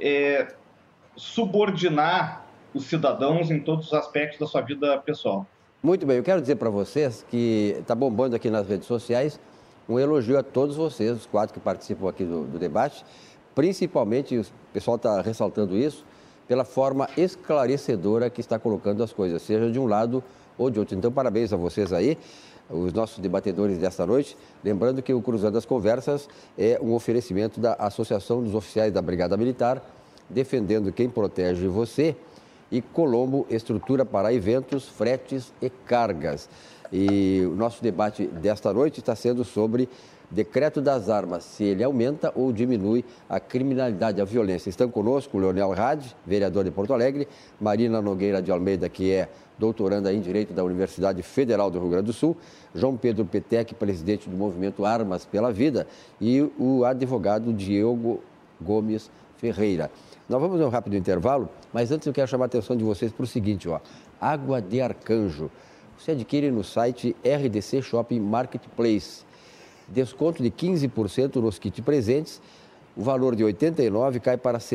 subordinar os cidadãos em todos os aspectos da sua vida pessoal. Muito bem, eu quero dizer para vocês que está bombando aqui nas redes sociais um elogio a todos vocês, os 4 que participam aqui do debate, principalmente, o pessoal está ressaltando isso, pela forma esclarecedora que está colocando as coisas, seja de um lado ou de outro. Então, parabéns a vocês aí, os nossos debatedores desta noite. Lembrando que o Cruzando as Conversas é um oferecimento da Associação dos Oficiais da Brigada Militar, defendendo quem protege você, e Colombo, estrutura para eventos, fretes e cargas. E o nosso debate desta noite está sendo sobre decreto das armas, se ele aumenta ou diminui a criminalidade, a violência. Estão conosco o Leonel Hadi, vereador de Porto Alegre, Marina Nogueira de Almeida, que é doutoranda em Direito da Universidade Federal do Rio Grande do Sul, João Pedro Petec, presidente do movimento Armas pela Vida, e o advogado Diego Gomes Ferreira. Nós vamos a um rápido intervalo, mas antes eu quero chamar a atenção de vocês para o seguinte, Água de Arcanjo. Você adquire no site RDC Shopping Marketplace. Desconto de 15% nos kits presentes, o valor de R$ 89 cai para R$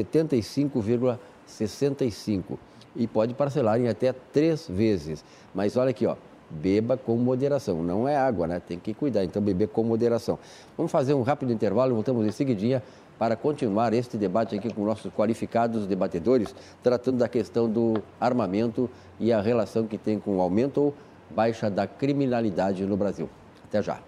75,65 e pode parcelar em até 3 vezes. Mas olha aqui, beba com moderação, não é água, né? Tem que cuidar, então beber com moderação. Vamos fazer um rápido intervalo e voltamos em seguidinha para continuar este debate aqui com nossos qualificados debatedores, tratando da questão do armamento e a relação que tem com o aumento ou baixa da criminalidade no Brasil. Até já.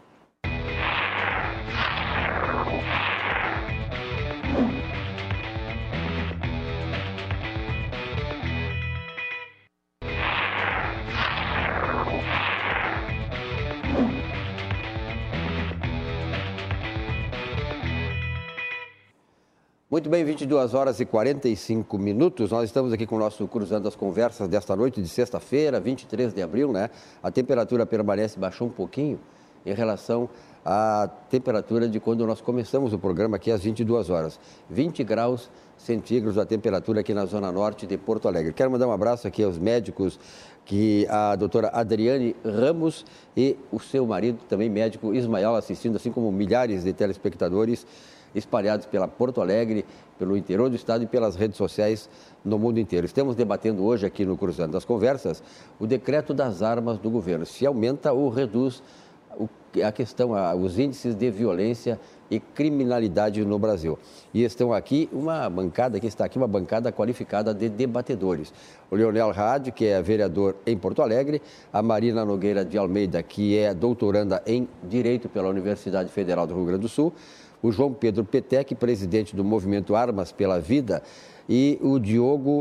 Muito bem, 22 horas e 45 minutos. Nós estamos aqui com o nosso Cruzando as Conversas desta noite de sexta-feira, 23 de abril, né? A temperatura permanece, baixou um pouquinho em relação à temperatura de quando nós começamos o programa aqui às 22 horas. 20 graus centígrados a temperatura aqui na Zona Norte de Porto Alegre. Quero mandar um abraço aqui aos médicos, que a doutora Adriane Ramos e o seu marido, também médico, Ismael, assistindo, assim como milhares de telespectadores espalhados pela Porto Alegre, pelo interior do estado e pelas redes sociais no mundo inteiro. Estamos debatendo hoje aqui no Cruzando as Conversas o decreto das armas do governo, se aumenta ou reduz a questão, os índices de violência e criminalidade no Brasil. E estão aqui uma bancada qualificada de debatedores. O Leonel Hadi, que é vereador em Porto Alegre, a Marina Nogueira de Almeida, que é doutoranda em Direito pela Universidade Federal do Rio Grande do Sul, o João Pedro Petec, presidente do movimento Armas pela Vida, e o Diogo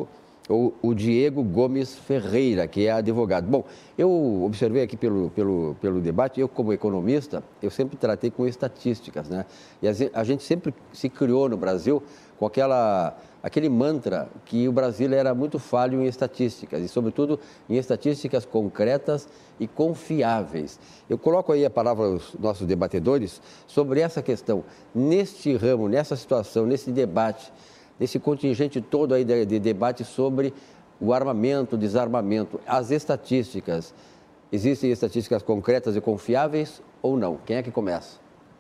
o Diego Gomes Ferreira, que é advogado. Bom, eu observei aqui pelo debate, eu como economista, eu sempre tratei com estatísticas, né? E a gente sempre se criou no Brasil com aquele mantra que o Brasil era muito falho em estatísticas, e sobretudo em estatísticas concretas e confiáveis. Eu coloco aí a palavra aos nossos debatedores sobre essa questão, neste ramo, nessa situação, nesse debate, nesse contingente todo aí de debate sobre o armamento, desarmamento, as estatísticas. Existem estatísticas concretas e confiáveis ou não? Quem é que começa?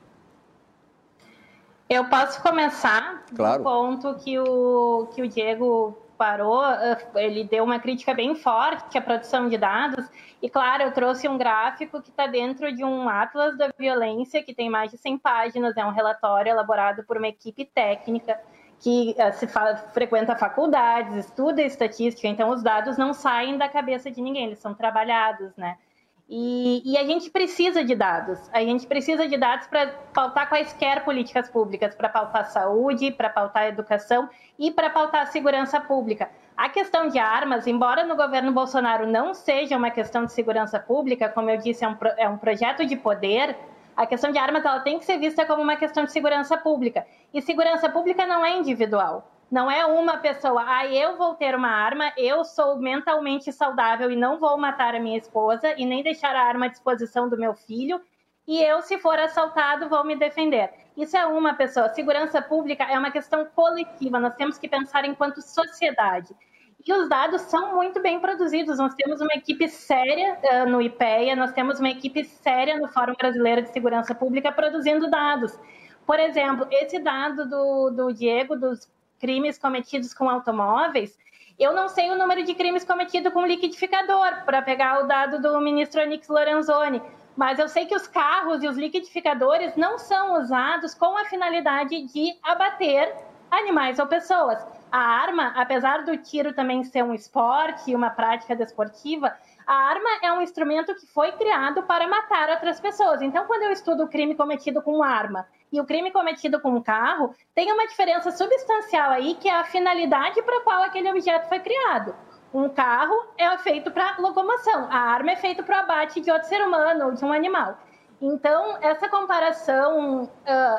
Eu posso começar claro. do ponto que o Diego parou. Ele deu uma crítica bem forte à produção de dados. E, claro, eu trouxe um gráfico que está dentro de um Atlas da Violência, que tem mais de 100 páginas. É um relatório elaborado por uma equipe técnica que frequenta faculdades, estuda estatística. Então, os dados não saem da cabeça de ninguém, eles são trabalhados, né? E a gente precisa de dados. A gente precisa de dados para pautar quaisquer políticas públicas, para pautar saúde, para pautar educação e para pautar segurança pública. A questão de armas, embora no governo Bolsonaro não seja uma questão de segurança pública, como eu disse, é um projeto de poder, a questão de armas ela tem que ser vista como uma questão de segurança pública. E segurança pública não é individual. Não é uma pessoa, eu vou ter uma arma, eu sou mentalmente saudável e não vou matar a minha esposa e nem deixar a arma à disposição do meu filho, e eu, se for assaltado, vou me defender. Isso é uma pessoa. Segurança pública é uma questão coletiva, nós temos que pensar enquanto sociedade. E os dados são muito bem produzidos, nós temos uma equipe séria no IPEA, nós temos uma equipe séria no Fórum Brasileiro de Segurança Pública produzindo dados. Por exemplo, esse dado do Diego, dos crimes cometidos com automóveis, eu não sei o número de crimes cometidos com liquidificador, para pegar o dado do ministro Onyx Lorenzoni, mas eu sei que os carros e os liquidificadores não são usados com a finalidade de abater animais ou pessoas. A arma, apesar do tiro também ser um esporte e uma prática desportiva, a arma é um instrumento que foi criado para matar outras pessoas. Então, quando eu estudo o crime cometido com arma e o crime cometido com um carro, tem uma diferença substancial aí, que é a finalidade para a qual aquele objeto foi criado. Um carro é feito para locomoção, a arma é feita para o abate de outro ser humano ou de um animal. Então, essa comparação,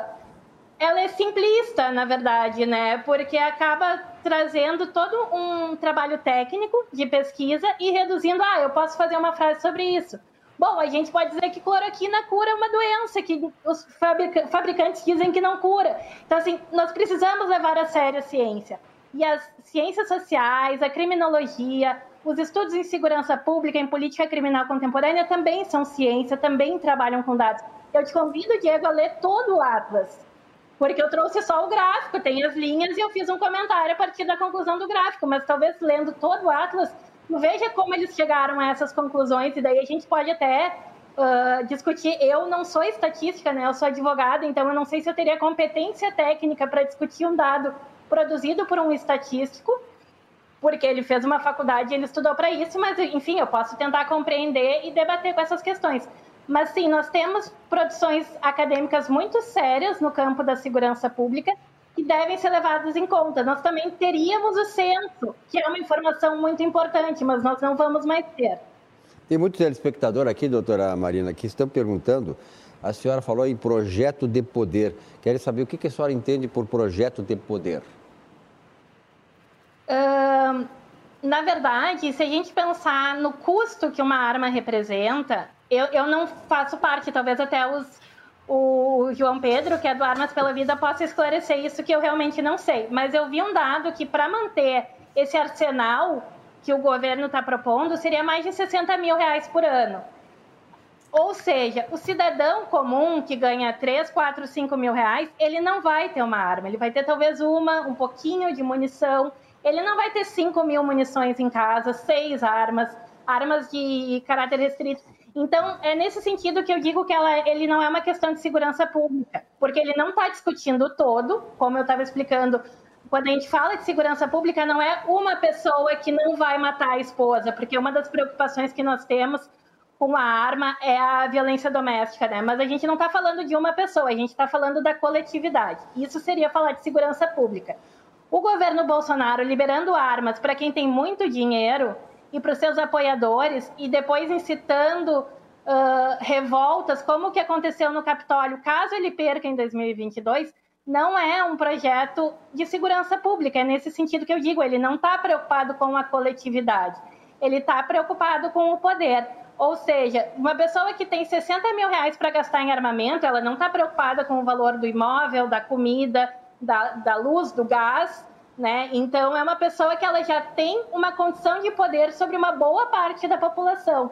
ela é simplista, na verdade, né? Porque acaba trazendo todo um trabalho técnico de pesquisa e reduzindo, eu posso fazer uma frase sobre isso. Bom, a gente pode dizer que cloroquina cura uma doença que os fabricantes dizem que não cura. Então, assim, nós precisamos levar a sério a ciência. E as ciências sociais, a criminologia, os estudos em segurança pública, em política criminal contemporânea também são ciência, também trabalham com dados. Eu te convido, Diego, a ler todo o Atlas, porque eu trouxe só o gráfico, tem as linhas e eu fiz um comentário a partir da conclusão do gráfico, mas talvez lendo todo o Atlas, veja como eles chegaram a essas conclusões, e daí a gente pode até discutir. Eu não sou estatística, né? Eu sou advogada, então eu não sei se eu teria competência técnica para discutir um dado produzido por um estatístico, porque ele fez uma faculdade e ele estudou para isso, mas, enfim, eu posso tentar compreender e debater com essas questões. Mas, sim, nós temos produções acadêmicas muito sérias no campo da segurança pública que devem ser levadas em conta. Nós também teríamos o censo, que é uma informação muito importante, mas nós não vamos mais ter. Tem muito telespectador aqui, doutora Marina, que estão perguntando, a senhora falou em projeto de poder. Querem saber o que a senhora entende por projeto de poder? Na verdade, se a gente pensar no custo que uma arma representa, eu não faço parte, talvez até o João Pedro, que é do Armas pela Vida, possa esclarecer isso, que eu realmente não sei. Mas eu vi um dado que, para manter esse arsenal que o governo está propondo, seria mais de R$60 mil por ano. Ou seja, o cidadão comum que ganha 3, 4, 5 mil reais, ele não vai ter uma arma. Ele vai ter talvez um pouquinho de munição. Ele não vai ter 5 mil munições em casa, 6 armas de caráter restrito. Então, é nesse sentido que eu digo que ele não é uma questão de segurança pública, porque ele não está discutindo o todo, como eu estava explicando. Quando a gente fala de segurança pública, não é uma pessoa que não vai matar a esposa, porque uma das preocupações que nós temos com a arma é a violência doméstica, né? Mas a gente não está falando de uma pessoa, a gente está falando da coletividade. Isso seria falar de segurança pública. O governo Bolsonaro liberando armas para quem tem muito dinheiro e para os seus apoiadores, e depois incitando revoltas, como o que aconteceu no Capitólio, caso ele perca em 2022, não é um projeto de segurança pública. É nesse sentido que eu digo, ele não está preocupado com a coletividade, ele está preocupado com o poder. Ou seja, uma pessoa que tem 60 mil reais para gastar em armamento, ela não está preocupada com o valor do imóvel, da comida, da luz, do gás, né? Então, é uma pessoa que ela já tem uma condição de poder sobre uma boa parte da população.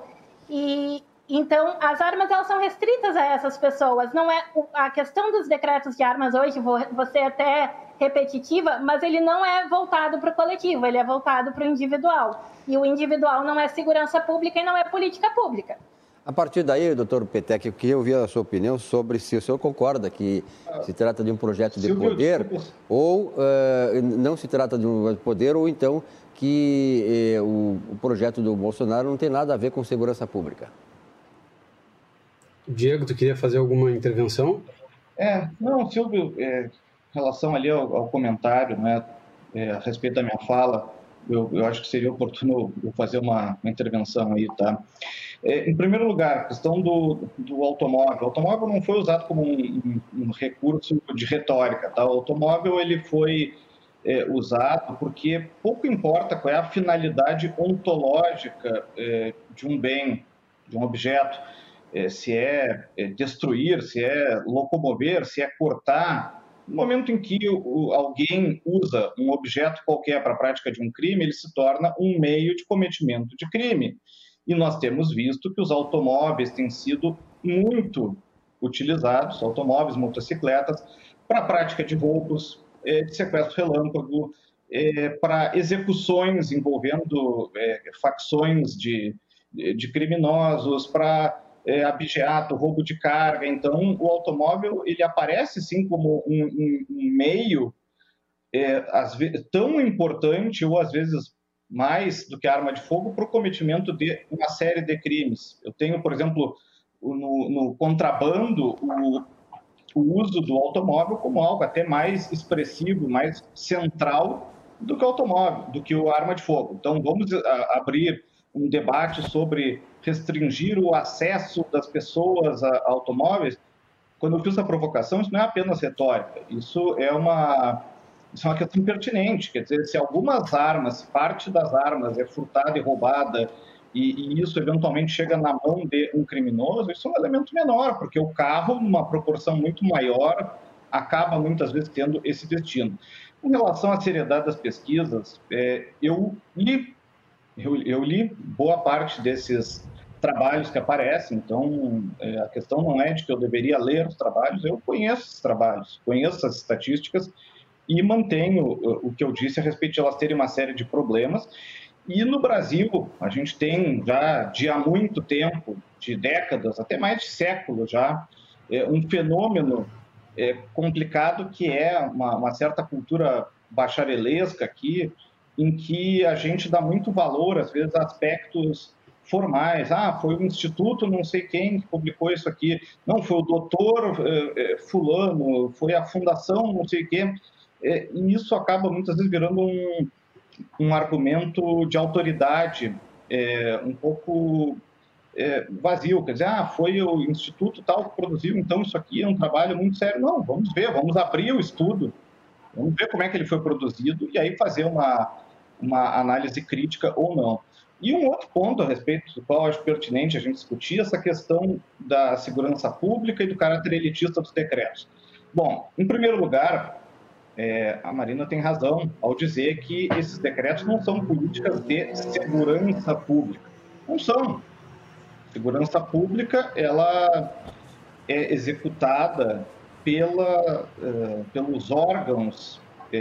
Então, as armas, elas são restritas a essas pessoas. Não é a questão dos decretos de armas hoje, vou ser até repetitiva, mas ele não é voltado para o coletivo, ele é voltado para o individual. E o individual não é segurança pública e não é política pública. A partir daí, doutor Petec, eu queria ouvir a sua opinião sobre se o senhor concorda que se trata de um projeto de poder ou não se trata de um poder, ou então que o projeto do Bolsonaro não tem nada a ver com segurança pública. Diego, tu queria fazer alguma intervenção? Não, Silvio, em relação ali ao comentário, né, a respeito da minha fala, eu acho que seria oportuno eu fazer uma intervenção aí, tá? Em primeiro lugar, a questão do automóvel. O automóvel não foi usado como um recurso de retórica, tá? O automóvel, ele foi usado porque pouco importa qual é a finalidade ontológica de um bem, de um objeto, se é destruir, se é locomover, se é cortar. No momento em que alguém usa um objeto qualquer para a prática de um crime, ele se torna um meio de cometimento de crime. E nós temos visto que os automóveis têm sido muito utilizados, automóveis, motocicletas, para a prática de roubos, de sequestro relâmpago, para execuções envolvendo facções de criminosos, para abigeato, roubo de carga. Então, o automóvel, ele aparece sim como um meio às vezes, tão importante, ou às vezes mais do que a arma de fogo, para o cometimento de uma série de crimes. Eu tenho, por exemplo, no contrabando, o uso do automóvel como algo até mais expressivo, mais central do que o automóvel, do que a arma de fogo. Então, vamos abrir um debate sobre restringir o acesso das pessoas a automóveis. Quando eu fiz essa provocação, isso não é apenas retórica, isso é uma questão pertinente. Quer dizer, se algumas armas, se parte das armas é furtada e roubada, e isso eventualmente chega na mão de um criminoso, isso é um elemento menor, porque o carro, numa proporção muito maior, acaba muitas vezes tendo esse destino. Com relação à seriedade das pesquisas, eu li boa parte desses trabalhos que aparecem, então a questão não é de que eu deveria ler os trabalhos, eu conheço esses trabalhos, conheço as estatísticas e mantenho o que eu disse a respeito de elas terem uma série de problemas. E no Brasil, a gente tem já de há muito tempo, de décadas, até mais de séculos já, um fenômeno complicado que é uma certa cultura bacharelesca aqui, em que a gente dá muito valor, às vezes, a aspectos formais. Foi o instituto não sei quem que publicou isso aqui. Não, foi o doutor fulano, foi a fundação não sei quem. E isso acaba muitas vezes virando um argumento de autoridade um pouco vazio. Quer dizer, foi o instituto tal que produziu, então isso aqui é um trabalho muito sério. Não, vamos ver, vamos abrir o estudo, vamos ver como é que ele foi produzido e aí fazer uma análise crítica ou não. E um outro ponto a respeito do qual eu acho pertinente a gente discutir, essa questão da segurança pública e do caráter elitista dos decretos. Bom, em primeiro lugar, a Marina tem razão ao dizer que esses decretos não são políticas de segurança pública. Não são. Segurança pública, ela é executada pelos órgãos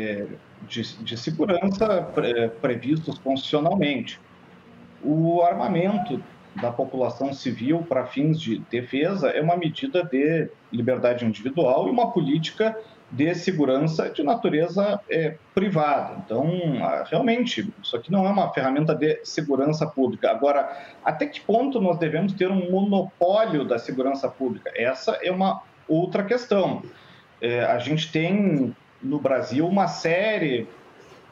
de segurança previstos constitucionalmente. O armamento da população civil para fins de defesa é uma medida de liberdade individual e uma política de segurança de natureza privada. Então, realmente, isso aqui não é uma ferramenta de segurança pública. Agora, até que ponto nós devemos ter um monopólio da segurança pública? Essa é uma outra questão. A gente tem, no Brasil, uma série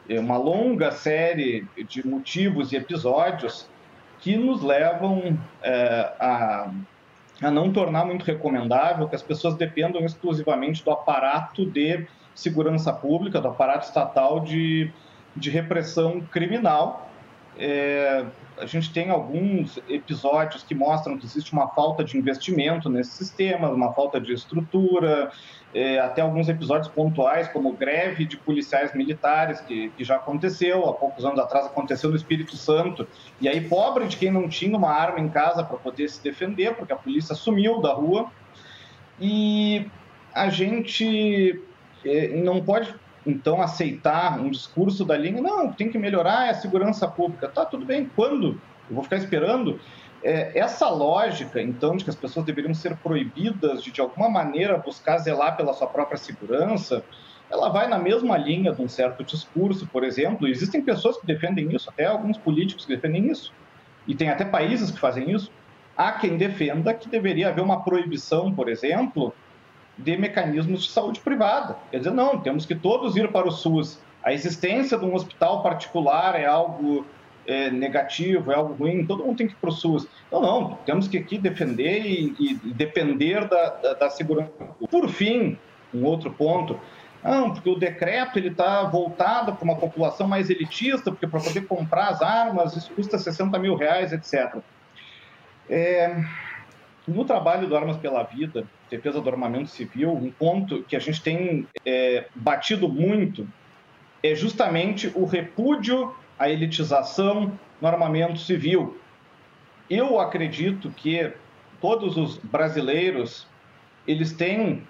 uma longa série de motivos e episódios que nos levam a não tornar muito recomendável que as pessoas dependam exclusivamente do aparato de segurança pública, do aparato estatal de repressão criminal. A gente tem alguns episódios que mostram que existe uma falta de investimento nesse sistema, uma falta de estrutura, até alguns episódios pontuais, como greve de policiais militares, que já aconteceu, há poucos anos atrás aconteceu no Espírito Santo, e aí pobre de quem não tinha uma arma em casa para poder se defender, porque a polícia sumiu da rua, e a gente não pode, então, aceitar um discurso da linha, não, tem que melhorar a segurança pública. Tá, tudo bem, quando? Eu vou ficar esperando? Essa lógica, então, de que as pessoas deveriam ser proibidas de alguma maneira, buscar zelar pela sua própria segurança, ela vai na mesma linha de um certo discurso, por exemplo. Existem pessoas que defendem isso, até alguns políticos que defendem isso, e tem até países que fazem isso. Há quem defenda que deveria haver uma proibição, por exemplo, de mecanismos de saúde privada. Quer dizer, não, temos que todos ir para o SUS. A existência de um hospital particular é algo negativo, é algo ruim, todo mundo tem que ir para o SUS. Então, não, temos que aqui defender e depender da segurança. Por fim, um outro ponto, não, porque o decreto está voltado para uma população mais elitista, porque para poder comprar as armas isso custa 60 mil reais, etc. No trabalho do Armas pela Vida, defesa do armamento civil, um ponto que a gente tem batido muito é justamente o repúdio à elitização no armamento civil. Eu acredito que todos os brasileiros, eles têm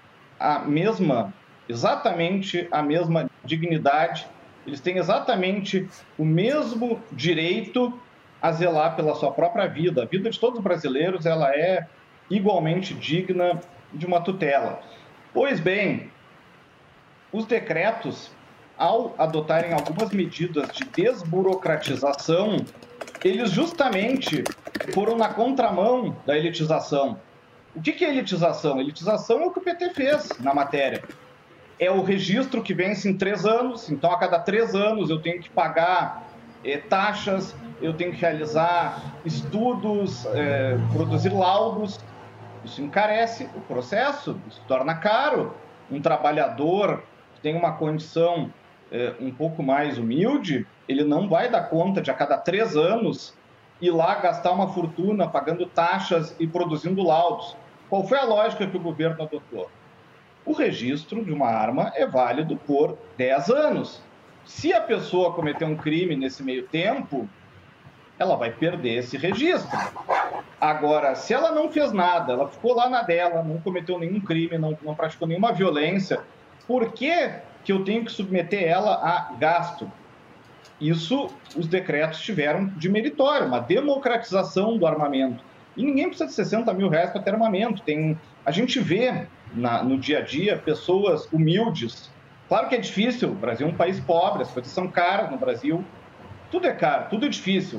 exatamente a mesma dignidade, eles têm exatamente o mesmo direito a zelar pela sua própria vida. A vida de todos os brasileiros, ela é igualmente digna de uma tutela. Pois bem, os decretos, ao adotarem algumas medidas de desburocratização, eles justamente foram na contramão da elitização. O que é elitização? Elitização é o que o PT fez na matéria. É o registro que vence em 3 anos, então a cada 3 anos eu tenho que pagar taxas, eu tenho que realizar estudos, produzir laudos. Isso encarece o processo, isso torna caro. Um trabalhador que tem uma condição um pouco mais humilde, ele não vai dar conta de a cada 3 anos ir lá gastar uma fortuna pagando taxas e produzindo laudos. Qual foi a lógica que o governo adotou? O registro de uma arma é válido por 10 anos. Se a pessoa cometer um crime nesse meio tempo, ela vai perder esse registro. Agora, se ela não fez nada, ela ficou lá na dela, não cometeu nenhum crime, não praticou nenhuma violência, por que eu tenho que submeter ela a gasto? Isso os decretos tiveram de meritório, uma democratização do armamento. E ninguém precisa de 60 mil reais para ter armamento. A gente vê no dia a dia pessoas humildes. Claro que é difícil, o Brasil é um país pobre, as coisas são caras no Brasil. Tudo é caro, tudo é difícil.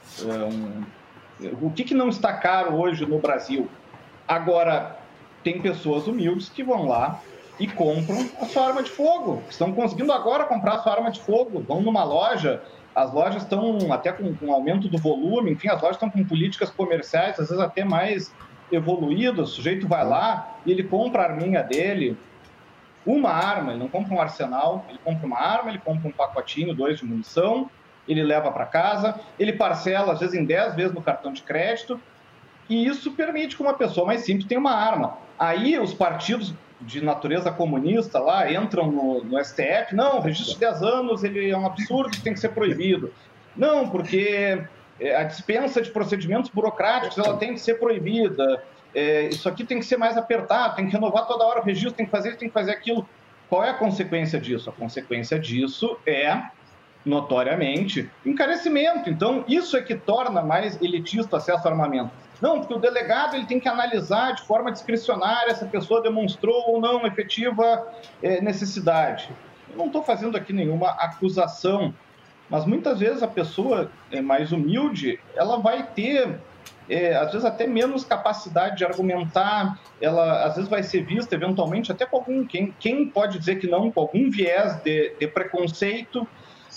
O que não está caro hoje no Brasil? Agora, tem pessoas humildes que vão lá e compram a sua arma de fogo. Estão conseguindo agora comprar a sua arma de fogo. Vão numa loja, as lojas estão até com aumento do volume, enfim, as lojas estão com políticas comerciais, às vezes até mais evoluídas. O sujeito vai lá e ele compra a arminha dele, uma arma, ele não compra um arsenal, ele compra uma arma, ele compra um pacotinho, 2 de munição, ele leva para casa, ele parcela, às vezes, em 10 vezes no cartão de crédito, e isso permite que uma pessoa mais simples tenha uma arma. Aí os partidos de natureza comunista lá entram no STF, não, o registro de 10 anos ele é um absurdo, tem que ser proibido. Não, porque a dispensa de procedimentos burocráticos ela tem que ser proibida, isso aqui tem que ser mais apertado, tem que renovar toda hora o registro, tem que fazer isso, tem que fazer aquilo. Qual é a consequência disso? A consequência disso é, notoriamente, encarecimento. Então, isso é que torna mais elitista o acesso ao armamento. Não, porque o delegado ele tem que analisar de forma discricionária se a pessoa demonstrou ou não efetiva necessidade. Eu não estou fazendo aqui nenhuma acusação, mas muitas vezes a pessoa mais humilde, ela vai ter, às vezes, até menos capacidade de argumentar, ela às vezes vai ser vista eventualmente até com algum, quem pode dizer que não, com algum viés de preconceito,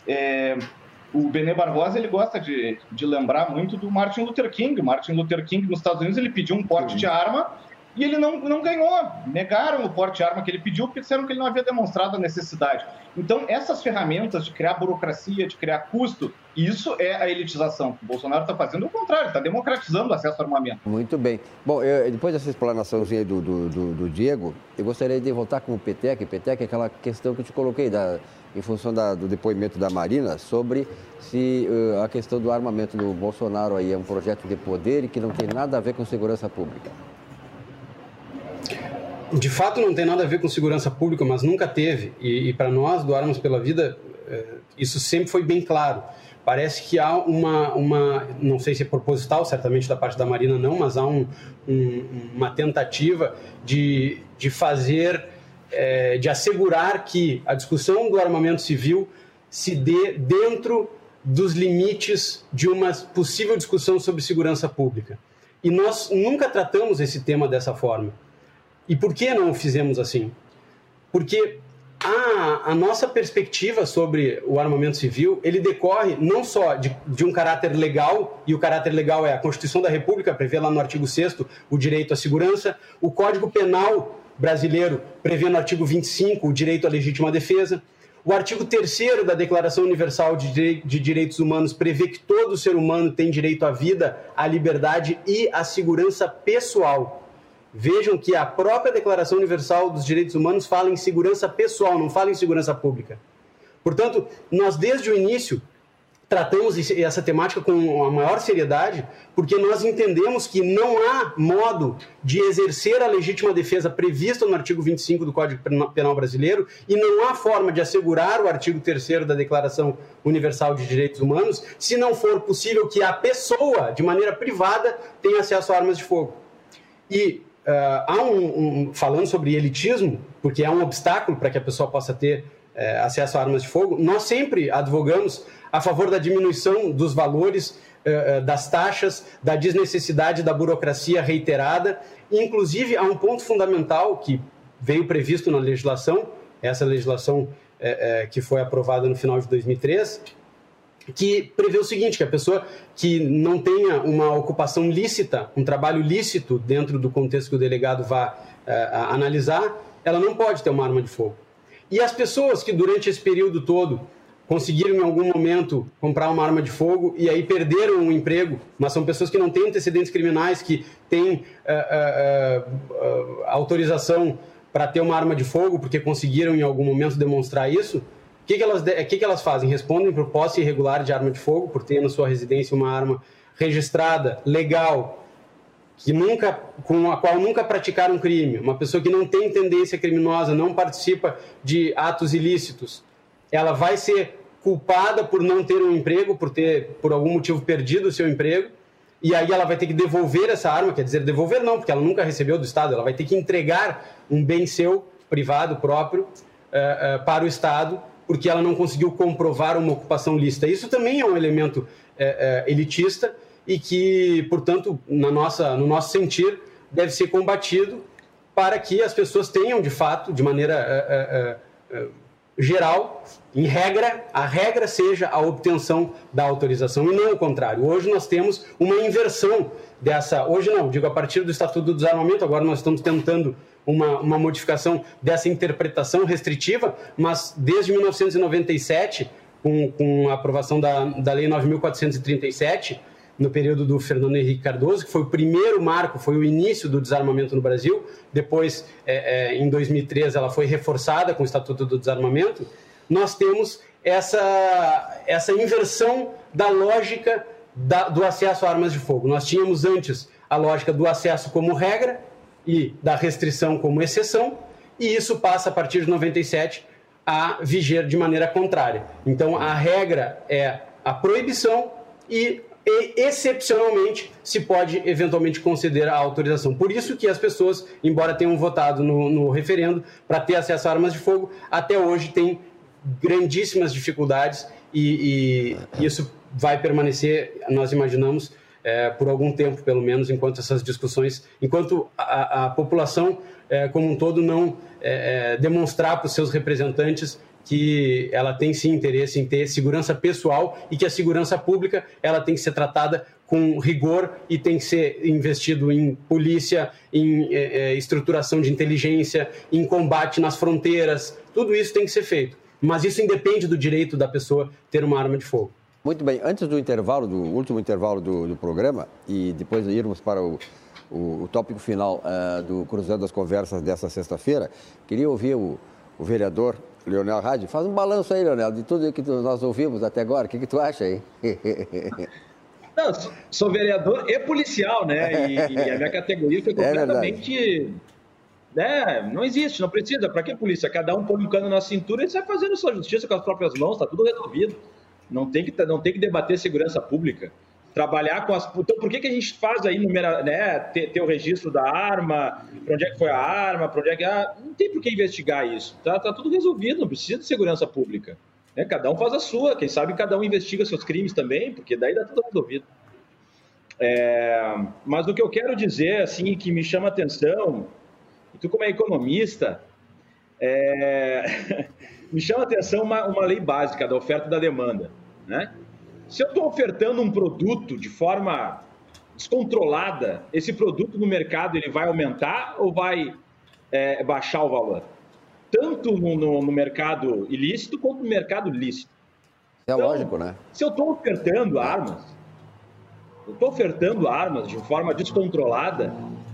O Benê Barbosa, ele gosta de lembrar muito do Martin Luther King. O Martin Luther King, nos Estados Unidos, ele pediu um porte de arma e ele não ganhou. Negaram o porte de arma que ele pediu porque disseram que ele não havia demonstrado a necessidade. Então, essas ferramentas de criar burocracia, de criar custo, isso é a elitização. O Bolsonaro está fazendo o contrário, está democratizando o acesso ao armamento. Muito bem. Bom, depois dessa explanaçãozinha do Diego, eu gostaria de voltar com o Petec. Petec, aquela questão que eu te coloquei, em função do depoimento da Marina, sobre se a questão do armamento do Bolsonaro aí é um projeto de poder e que não tem nada a ver com segurança pública. De fato, não tem nada a ver com segurança pública, mas nunca teve. E para nós, do Armas pela Vida, isso sempre foi bem claro. Parece que há não sei se é proposital, certamente da parte da Marina não, mas há uma tentativa de fazer, de assegurar que a discussão do armamento civil se dê dentro dos limites de uma possível discussão sobre segurança pública. E nós nunca tratamos esse tema dessa forma. E por que não o fizemos assim? Porque a nossa perspectiva sobre o armamento civil, ele decorre não só de um caráter legal, e o caráter legal é a Constituição da República, prevê lá no artigo 6º o direito à segurança, o Código Penal brasileiro prevê no artigo 25 o direito à legítima defesa, o artigo 3º da Declaração Universal de Direitos Humanos prevê que todo ser humano tem direito à vida, à liberdade e à segurança pessoal. Vejam que a própria Declaração Universal dos Direitos Humanos fala em segurança pessoal, não fala em segurança pública. Portanto, nós desde o início tratamos essa temática com a maior seriedade, porque nós entendemos que não há modo de exercer a legítima defesa prevista no artigo 25 do Código Penal brasileiro e não há forma de assegurar o artigo 3º da Declaração Universal de Direitos Humanos se não for possível que a pessoa, de maneira privada, tenha acesso a armas de fogo. E falando sobre elitismo, porque é um obstáculo para que a pessoa possa ter acesso a armas de fogo, nós sempre advogamos a favor da diminuição dos valores, das taxas, da desnecessidade da burocracia reiterada. Inclusive, há um ponto fundamental que veio previsto na legislação, essa legislação que foi aprovada no final de 2003, que prevê o seguinte, que a pessoa que não tenha uma ocupação lícita, um trabalho lícito dentro do contexto que o delegado vá analisar, ela não pode ter uma arma de fogo. E as pessoas que durante esse período todo conseguiram em algum momento comprar uma arma de fogo e aí perderam o emprego, mas são pessoas que não têm antecedentes criminais, que têm autorização para ter uma arma de fogo porque conseguiram em algum momento demonstrar isso, o que elas fazem? Respondem por posse irregular de arma de fogo, por ter na sua residência uma arma registrada, legal, com a qual nunca praticaram um crime, uma pessoa que não tem tendência criminosa, não participa de atos ilícitos, ela vai ser culpada por não ter um emprego, por algum motivo perdido o seu emprego, e aí ela vai ter que devolver essa arma, quer dizer, devolver não, porque ela nunca recebeu do Estado, ela vai ter que entregar um bem seu, privado, próprio, para o Estado, porque ela não conseguiu comprovar uma ocupação lícita. Isso também é um elemento elitista e que, portanto, no nosso sentir, deve ser combatido para que as pessoas tenham, de fato, de maneira geral, em regra, a regra seja a obtenção da autorização e não o contrário. Hoje nós temos uma inversão dessa... Hoje não, digo a partir do Estatuto do Desarmamento, agora nós estamos tentando uma modificação dessa interpretação restritiva, mas desde 1997, com a aprovação da Lei 9.437, no período do Fernando Henrique Cardoso, que foi o primeiro marco, foi o início do desarmamento no Brasil. Depois, em 2013, ela foi reforçada com o Estatuto do Desarmamento. Nós temos essa inversão da lógica do acesso a armas de fogo. Nós tínhamos antes a lógica do acesso como regra e da restrição como exceção, e isso passa, a partir de 97, a viger de maneira contrária. Então, a regra é a proibição e excepcionalmente, se pode eventualmente conceder a autorização. Por isso que as pessoas, embora tenham votado no referendo para ter acesso a armas de fogo, até hoje têm grandíssimas dificuldades e isso vai permanecer, nós imaginamos, por algum tempo, pelo menos, enquanto essas discussões, enquanto a população como um todo não demonstrar para os seus representantes que ela tem sim interesse em ter segurança pessoal e que a segurança pública ela tem que ser tratada com rigor e tem que ser investido em polícia, em estruturação de inteligência, em combate nas fronteiras. Tudo isso tem que ser feito. Mas isso independe do direito da pessoa ter uma arma de fogo. Muito bem. Antes do intervalo, do último intervalo do programa, e depois de irmos para o tópico final do Cruzando as Conversas dessa sexta-feira, queria ouvir o vereador Leonel Hadi. Faz um balanço aí, Leonel, de tudo que nós ouvimos até agora. O que tu acha aí? Não, sou vereador e policial, né? E a minha categoria foi completamente... não existe, não precisa. Para que polícia? Cada um põe um cano na cintura e sai fazendo sua justiça com as próprias mãos, está tudo resolvido. Não tem que debater segurança pública. Trabalhar com as... Então, por que a gente faz aí, ter o registro da arma, para onde é que foi a arma, para onde é que... não tem por que investigar isso. Tá tudo resolvido, não precisa de segurança pública. Cada um faz a sua, quem sabe cada um investiga seus crimes também, porque daí dá tudo resolvido. Mas o que eu quero dizer, assim, que me chama a atenção, e tu como é economista, me chama a atenção uma lei básica da oferta e da demanda, né? Se eu estou ofertando um produto de forma descontrolada, esse produto no mercado ele vai aumentar ou vai baixar o valor? Tanto no mercado ilícito quanto no mercado lícito. Então, lógico, né? Se eu estou ofertando armas, de forma descontrolada,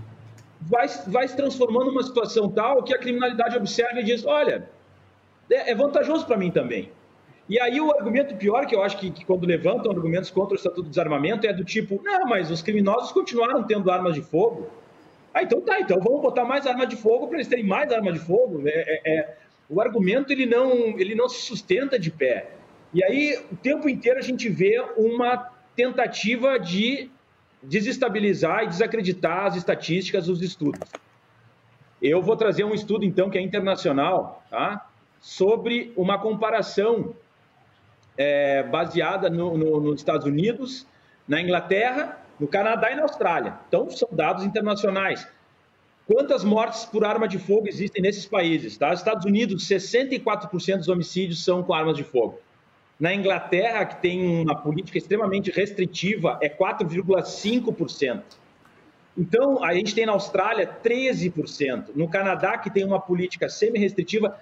vai se transformando numa situação tal que a criminalidade observa e diz, olha, é vantajoso para mim também. E aí o argumento pior, que eu acho que quando levantam argumentos contra o Estatuto do Desarmamento, é do tipo, não, mas os criminosos continuaram tendo armas de fogo. Então vamos botar mais armas de fogo para eles terem mais armas de fogo. O argumento ele não se sustenta de pé. E aí o tempo inteiro a gente vê uma tentativa de desestabilizar e desacreditar as estatísticas dos estudos. Eu vou trazer um estudo, então, que é internacional, tá? Sobre uma comparação baseada nos Estados Unidos, na Inglaterra, no Canadá e na Austrália. Então, são dados internacionais. Quantas mortes por arma de fogo existem nesses países? Tá? Estados Unidos, 64% dos homicídios são com armas de fogo. Na Inglaterra, que tem uma política extremamente restritiva, é 4,5%. Então, a gente tem na Austrália 13%. No Canadá, que tem uma política semi-restritiva,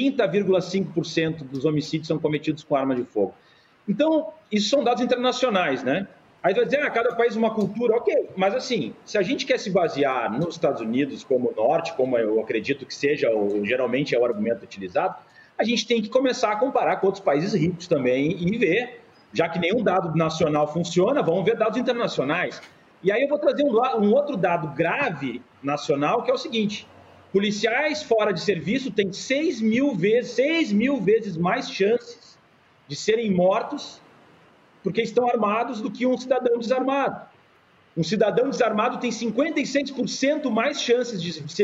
30,5% dos homicídios são cometidos com arma de fogo. Então, isso são dados internacionais, né? Aí vai dizer, cada país uma cultura, ok, mas assim, se a gente quer se basear nos Estados Unidos como norte, como eu acredito que seja, ou geralmente é o argumento utilizado, a gente tem que começar a comparar com outros países ricos também e ver, já que nenhum dado nacional funciona, vamos ver dados internacionais. E aí eu vou trazer um outro dado grave nacional, que é o seguinte, policiais fora de serviço têm 6 mil vezes mais chances de serem mortos porque estão armados do que um cidadão desarmado. Um cidadão desarmado tem 56% mais chances de ser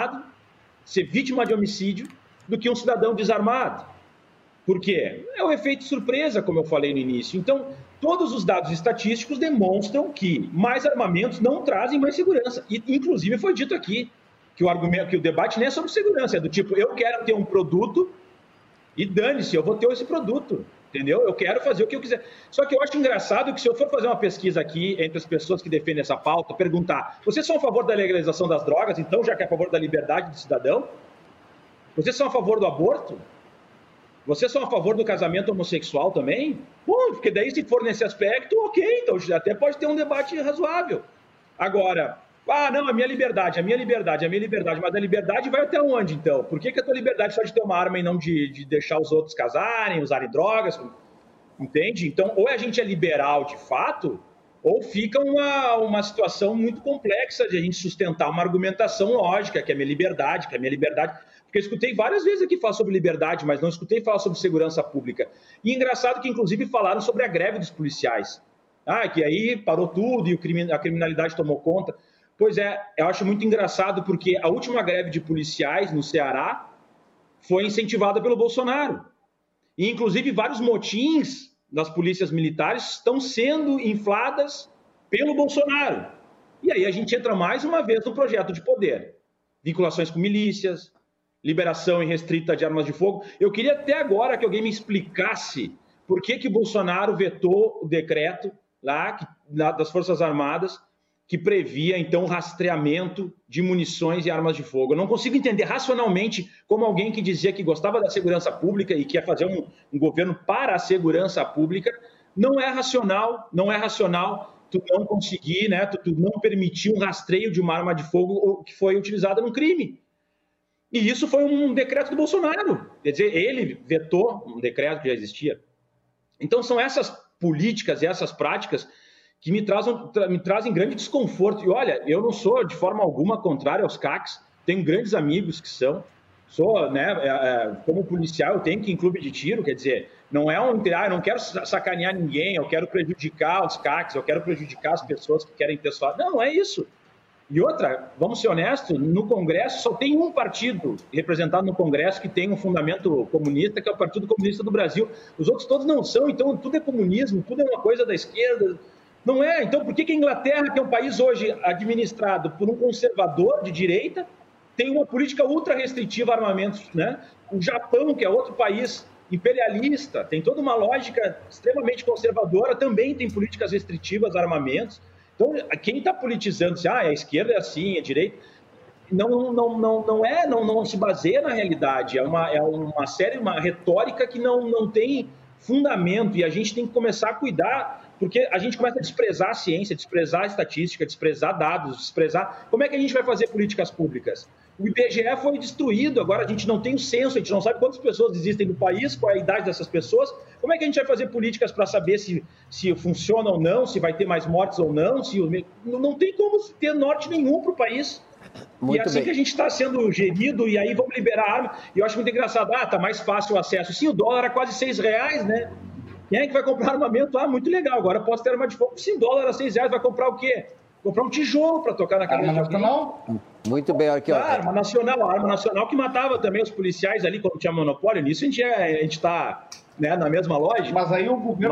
vítima de homicídio, do que um cidadão desarmado. Por quê? É o efeito surpresa, como eu falei no início. Então, todos os dados estatísticos demonstram que mais armamentos não trazem mais segurança. E, inclusive, foi dito aqui que o debate nem é sobre segurança, é do tipo, eu quero ter um produto e dane-se, eu vou ter esse produto. Entendeu? Eu quero fazer o que eu quiser. Só que eu acho engraçado que se eu for fazer uma pesquisa aqui entre as pessoas que defendem essa pauta, perguntar, vocês são a favor da legalização das drogas, então, já que é a favor da liberdade do cidadão? Vocês são a favor do aborto? Vocês são a favor do casamento homossexual também? Bom, porque daí se for nesse aspecto, ok, então até pode ter um debate razoável. Agora, não, a minha liberdade, mas a liberdade vai até onde, então? Por que a tua liberdade só de ter uma arma e não de deixar os outros casarem, usarem drogas? Entende? Então, ou a gente é liberal de fato, ou fica uma situação muito complexa de a gente sustentar uma argumentação lógica, que é a minha liberdade, Porque eu escutei várias vezes aqui falar sobre liberdade, mas não escutei falar sobre segurança pública. E engraçado que, inclusive, falaram sobre a greve dos policiais. Que aí parou tudo e a criminalidade tomou conta. Pois é, eu acho muito engraçado porque a última greve de policiais no Ceará foi incentivada pelo Bolsonaro. E, inclusive, vários motins das polícias militares estão sendo infladas pelo Bolsonaro. E aí a gente entra mais uma vez no projeto de poder. Vinculações com milícias, liberação irrestrita de armas de fogo. Eu queria até agora que alguém me explicasse por que Bolsonaro vetou o decreto lá das Forças Armadas que previa, então, o rastreamento de munições e armas de fogo. Eu não consigo entender racionalmente como alguém que dizia que gostava da segurança pública e que ia fazer um governo para a segurança pública, não é racional tu não conseguir, né, tu não permitir um rastreio de uma arma de fogo que foi utilizada num crime. E isso foi um decreto do Bolsonaro. Quer dizer, ele vetou um decreto que já existia. Então, são essas políticas e essas práticas que me trazem grande desconforto. E olha, eu não sou de forma alguma contrário aos CACs, tenho grandes amigos que sou, né, como policial, eu tenho que ir em clube de tiro, quer dizer, não é eu não quero sacanear ninguém, eu quero prejudicar os CACs, eu quero prejudicar as pessoas que querem ter só. Não é isso. E outra, vamos ser honestos, no Congresso só tem um partido representado no Congresso que tem um fundamento comunista, que é o Partido Comunista do Brasil. Os outros todos não são, então tudo é comunismo, tudo é uma coisa da esquerda. Não é? Então por que a Inglaterra, que é um país hoje administrado por um conservador de direita, tem uma política ultra restritiva a armamentos, né? O Japão, que é outro país imperialista, tem toda uma lógica extremamente conservadora, também tem políticas restritivas a armamentos. Então, quem está politizando, a esquerda é assim, a direita, não se baseia na realidade, é uma retórica que não tem fundamento, e a gente tem que começar a cuidar, porque a gente começa a desprezar a ciência, desprezar a estatística, desprezar dados, desprezar... Como é que a gente vai fazer políticas públicas? O IBGE foi destruído, agora a gente não tem o censo, a gente não sabe quantas pessoas existem no país, qual é a idade dessas pessoas. Como é que a gente vai fazer políticas para saber se funciona ou não, se vai ter mais mortes ou não? Não tem como ter norte nenhum para o país. Muito e é assim bem. Que a gente está sendo gerido, e aí vamos liberar arma. E eu acho muito engraçado, está mais fácil o acesso. Sim, o dólar era quase R$6, né? Quem é que vai comprar armamento? Muito legal, agora posso ter arma de fogo. Se dólar a R$6, vai comprar o quê? Comprar um tijolo para tocar na cabeça de alguém. Muito bem, aqui, ó. A arma nacional que matava também os policiais ali quando tinha monopólio. Nisso a gente está, né, na mesma lógica. Mas aí o governo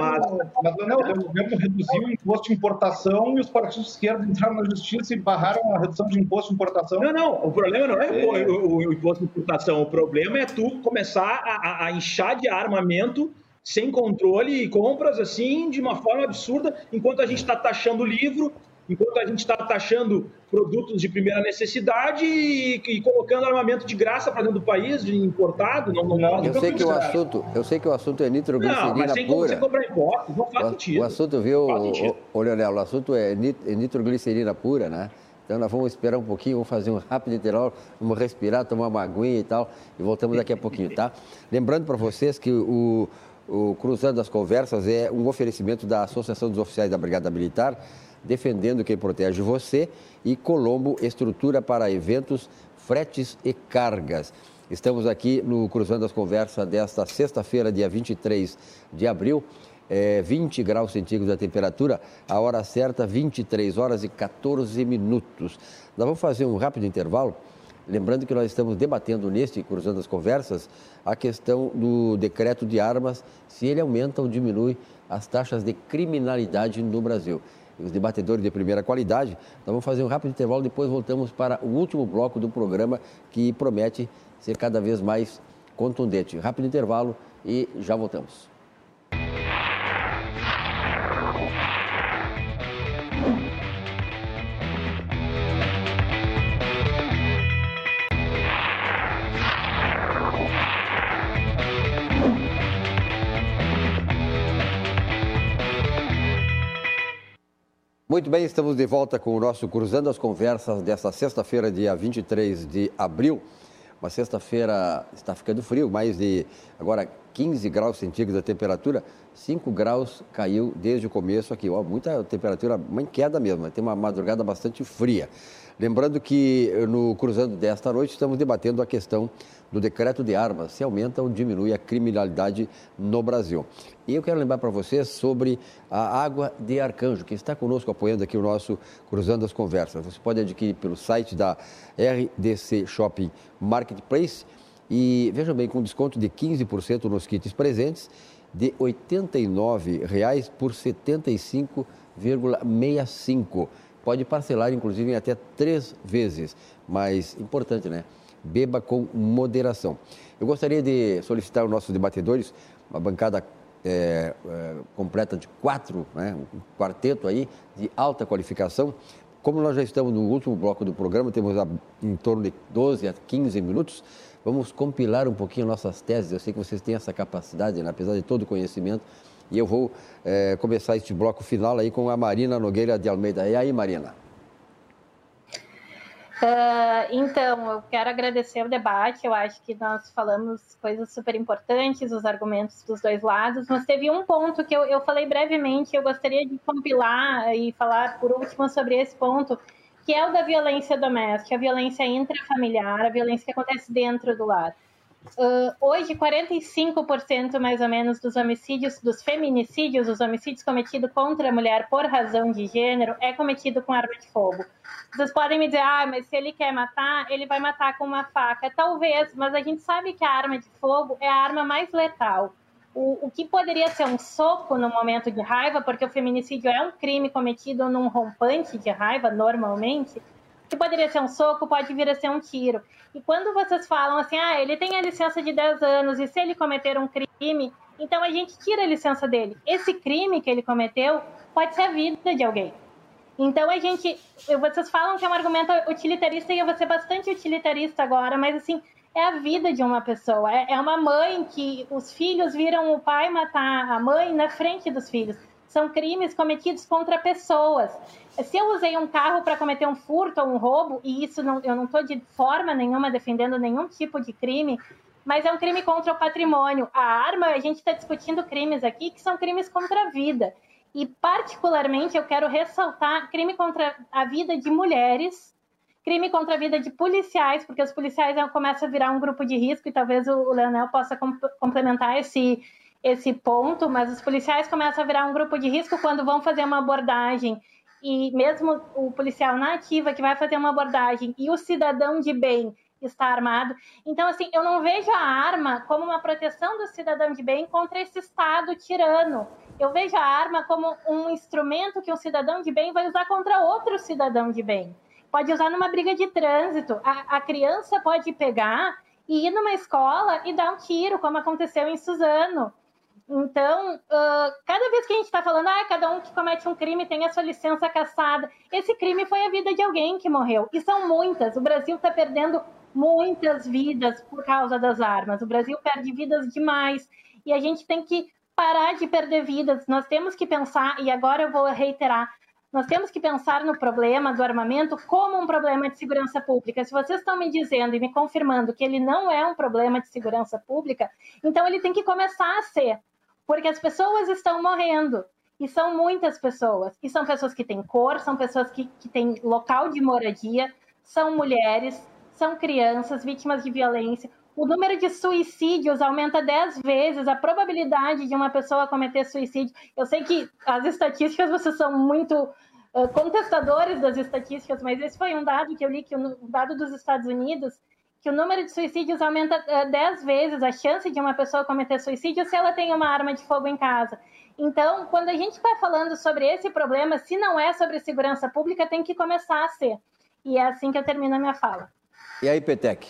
reduziu o imposto de importação e os partidos de esquerda entraram na justiça e barraram a redução de imposto de importação. Não, o problema não é o imposto de importação. O problema é tu começar a inchar de armamento sem controle e compras assim de uma forma absurda, enquanto a gente está taxando livro, enquanto a gente está taxando produtos de primeira necessidade e colocando armamento de graça para dentro do país, de importado. Eu sei que o assunto é nitroglicerina pura. Mas sem como você comprar impostos, não faz sentido. O assunto, viu, Leonel, o assunto é nitroglicerina pura, né? Então nós vamos esperar um pouquinho, vamos fazer um rápido intervalo, vamos respirar, tomar uma aguinha e tal, e voltamos daqui a pouquinho, tá? Lembrando para vocês que o Cruzando as Conversas é um oferecimento da Associação dos Oficiais da Brigada Militar, defendendo quem protege você, e Colombo, estrutura para eventos, fretes e cargas. Estamos aqui no Cruzando as Conversas desta sexta-feira, dia 23 de abril, 20 graus centígrados a temperatura, a hora certa, 23 horas e 14 minutos. Nós vamos fazer um rápido intervalo, lembrando que nós estamos debatendo neste Cruzando as Conversas a questão do decreto de armas, se ele aumenta ou diminui as taxas de criminalidade no Brasil. E os debatedores de primeira qualidade, nós vamos fazer um rápido intervalo, depois voltamos para o último bloco do programa, que promete ser cada vez mais contundente. Rápido intervalo e já voltamos. Muito bem, estamos de volta com o nosso Cruzando as Conversas desta sexta-feira, dia 23 de abril. Uma sexta-feira está ficando frio, mais de agora 15 graus centígrados a temperatura, 5 graus caiu desde o começo aqui. Muita temperatura, uma queda mesmo, tem uma madrugada bastante fria. Lembrando que no Cruzando desta noite estamos debatendo a questão do decreto de armas, se aumenta ou diminui a criminalidade no Brasil. E eu quero lembrar para vocês sobre a água de Arcanjo, que está conosco apoiando aqui o nosso Cruzando as Conversas. Você pode adquirir pelo site da RDC Shopping Marketplace e, vejam bem, com desconto de 15% nos kits presentes, de R$ 89,00 por R$ 75,65. Pode parcelar, inclusive, em até 3 vezes. Mas, importante, né? beba com moderação. Eu gostaria de solicitar aos nossos debatedores uma bancada completa de 4, né, um quarteto aí de alta qualificação. Como nós já estamos no último bloco do programa, temos em torno de 12 a 15 minutos, vamos compilar um pouquinho nossas teses. Eu sei que vocês têm essa capacidade, né, apesar de todo o conhecimento, e eu vou começar este bloco final aí com a Marina Nogueira de Almeida. E aí, Marina? Então, eu quero agradecer o debate. Eu acho que nós falamos coisas super importantes, os argumentos dos dois lados, mas teve um ponto que eu falei brevemente, eu gostaria de compilar e falar por último sobre esse ponto, que é o da violência doméstica, a violência intrafamiliar, a violência que acontece dentro do lar. Hoje, 45% mais ou menos dos homicídios, dos feminicídios, os homicídios cometidos contra a mulher por razão de gênero, é cometido com arma de fogo. Vocês podem me dizer, mas se ele quer matar, ele vai matar com uma faca. Talvez, mas a gente sabe que a arma de fogo é a arma mais letal. O que poderia ser um soco no momento de raiva, porque o feminicídio é um crime cometido num rompante de raiva, normalmente, que poderia ser um soco, pode vir a ser um tiro. E quando vocês falam assim, ele tem a licença de 10 anos, e se ele cometer um crime, então a gente tira a licença dele. Esse crime que ele cometeu pode ser a vida de alguém. Então vocês falam que é um argumento utilitarista, e eu vou ser bastante utilitarista agora, mas assim, é a vida de uma pessoa. É uma mãe que os filhos viram o pai matar a mãe na frente dos filhos. São crimes cometidos contra pessoas. Se eu usei um carro para cometer um furto ou um roubo, e isso eu não estou de forma nenhuma defendendo nenhum tipo de crime, mas é um crime contra o patrimônio. A arma, a gente está discutindo crimes aqui que são crimes contra a vida. E, particularmente, eu quero ressaltar crime contra a vida de mulheres, crime contra a vida de policiais, porque os policiais começam a virar um grupo de risco, e talvez o Leonel possa complementar esse ponto, mas os policiais começam a virar um grupo de risco quando vão fazer uma abordagem, e mesmo o policial na ativa que vai fazer uma abordagem e o cidadão de bem está armado. Então, assim, eu não vejo a arma como uma proteção do cidadão de bem contra esse Estado tirano. Eu vejo a arma como um instrumento que um cidadão de bem vai usar contra outro cidadão de bem. Pode usar numa briga de trânsito. A criança pode pegar e ir numa escola e dar um tiro, como aconteceu em Suzano. Então, cada vez que a gente está falando, cada um que comete um crime tem a sua licença cassada, esse crime foi a vida de alguém que morreu. E são muitas. O Brasil está perdendo muitas vidas por causa das armas. O Brasil perde vidas demais. E a gente tem que parar de perder vidas. Nós temos que pensar, e agora eu vou reiterar, nós temos que pensar no problema do armamento como um problema de segurança pública. Se vocês estão me dizendo e me confirmando que ele não é um problema de segurança pública, então ele tem que começar a ser. Porque as pessoas estão morrendo, e são muitas pessoas. E são pessoas que têm cor, são pessoas que têm local de moradia, são mulheres, são crianças, vítimas de violência. O número de suicídios aumenta 10 vezes, a probabilidade de uma pessoa cometer suicídio. Eu sei que as estatísticas, vocês são muito contestadores das estatísticas, mas esse foi um dado que eu li, que um dado dos Estados Unidos, que o número de suicídios aumenta 10 vezes a chance de uma pessoa cometer suicídio se ela tem uma arma de fogo em casa. Então, quando a gente está falando sobre esse problema, se não é sobre segurança pública, tem que começar a ser. E é assim que eu termino a minha fala. E aí, Petec?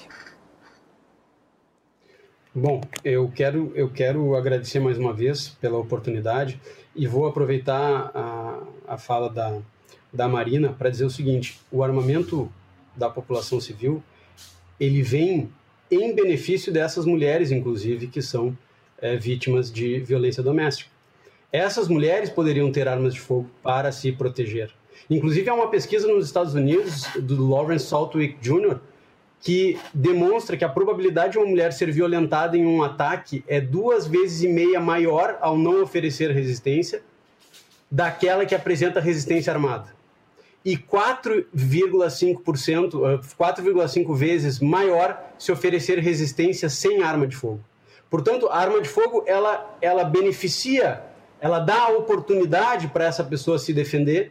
Bom, eu quero agradecer mais uma vez pela oportunidade e vou aproveitar a fala da Marina para dizer o seguinte: o armamento da população civil, ele vem em benefício dessas mulheres, inclusive, que são vítimas de violência doméstica. Essas mulheres poderiam ter armas de fogo para se proteger. Inclusive, há uma pesquisa nos Estados Unidos, do Lawrence Southwick Jr., que demonstra que a probabilidade de uma mulher ser violentada em um ataque é 2,5 vezes maior ao não oferecer resistência daquela que apresenta resistência armada. E 4,5 vezes maior se oferecer resistência sem arma de fogo. Portanto, a arma de fogo, ela beneficia, ela dá a oportunidade para essa pessoa se defender.